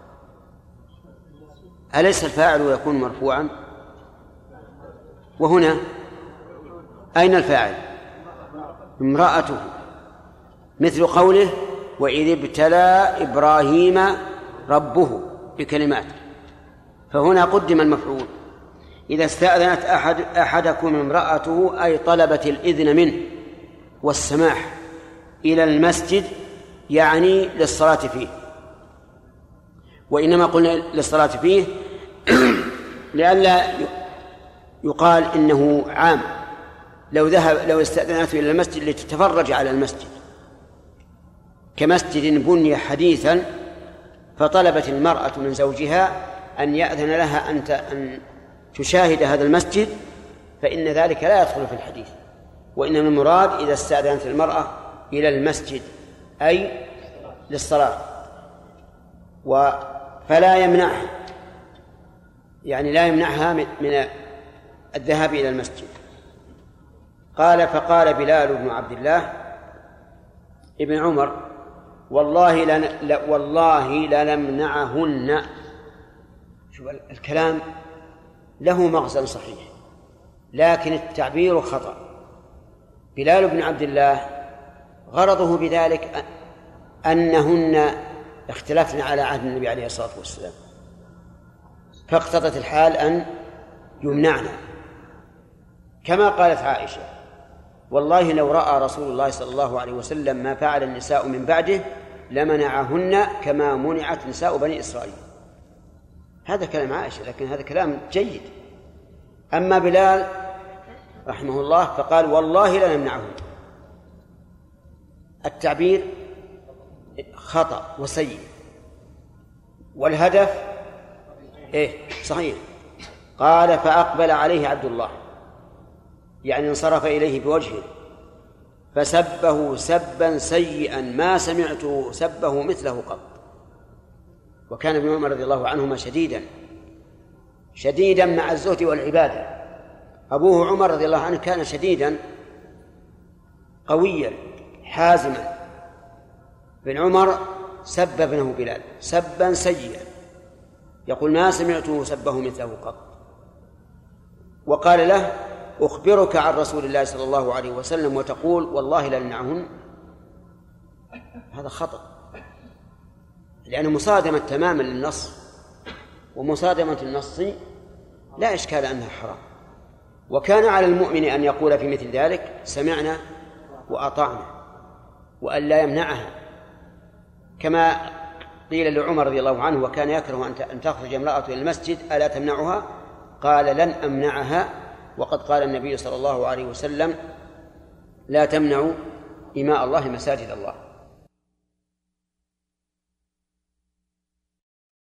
أليس الفاعل يكون مرفوعا؟ وهنا أين الفاعل؟ امرأته، مثل قوله: وإذ ابتلى إبراهيم ربه بكلمات، فهنا قدم المفعول. إذا استأذنت أحد أحدكم امرأته أي طلبت الإذن منه والسماح إلى المسجد، يعني للصلاة فيه. وإنما قلنا للصلاة فيه لئلا يقال إنه عام، لو ذهب لو استأذنته إلى المسجد لتتفرج على المسجد، كمسجد بني حديثا فطلبت المرأة من زوجها أن يأذن لها أن أن تشاهد هذا المسجد، فإن ذلك لا يدخل في الحديث. وإنما المراد إذا استأذنت المرأة إلى المسجد أي للصلاة، فلا يمنعها، يعني لا يمنعها من الذهاب إلى المسجد. قال: فقال بلال بن عبد الله ابن عمر: والله لن لا والله لنمنعهن. شوف الكلام له مغزى صحيح، لكن التعبير خطأ. بلال بن عبد الله غرضه بذلك أنهن اختلفن على عهد النبي عليه الصلاة والسلام، فاقتضت الحال أن يمنعنا، كما قالت عائشة: والله لو رأى رسول الله صلى الله عليه وسلم ما فعل النساء من بعده لمنعهن كما منعت نساء بني إسرائيل. هذا كلام عائشة، لكن هذا كلام جيد. أما بلال رحمه الله فقال: والله لا نمنعهن. التعبير خطأ وسيء، والهدف إيه صحيح. قال: فأقبل عليه عبد الله، يعني انصرف إليه بوجهه فسبه سبا سيئا ما سمعته سبه مثله قط. وكان ابن عمر رضي الله عنهما شديدا شديدا مع الزهد والعبادة. أبوه عمر رضي الله عنه كان شديدا قويا حازما. ابن عمر سب ابنه بلال سبا سيئا يقول ما سمعته سبه مثله قط. وقال له أخبرك عن رسول الله صلى الله عليه وسلم وتقول والله لا نمنعهن. هذا خطأ، لأنه مصادمة تماما للنص، ومصادمة النص لا إشكال أنها حرام. وكان على المؤمن أن يقول في مثل ذلك سمعنا وأطعنا وأن لا يمنعها، كما قيل لعمر رضي الله عنه وكان يكره أن تخرج امرأة إلى المسجد ألا تمنعها؟ قال لن أمنعها، وقد قال النبي صلى الله عليه وسلم لا تمنعوا إماء الله مساجد الله.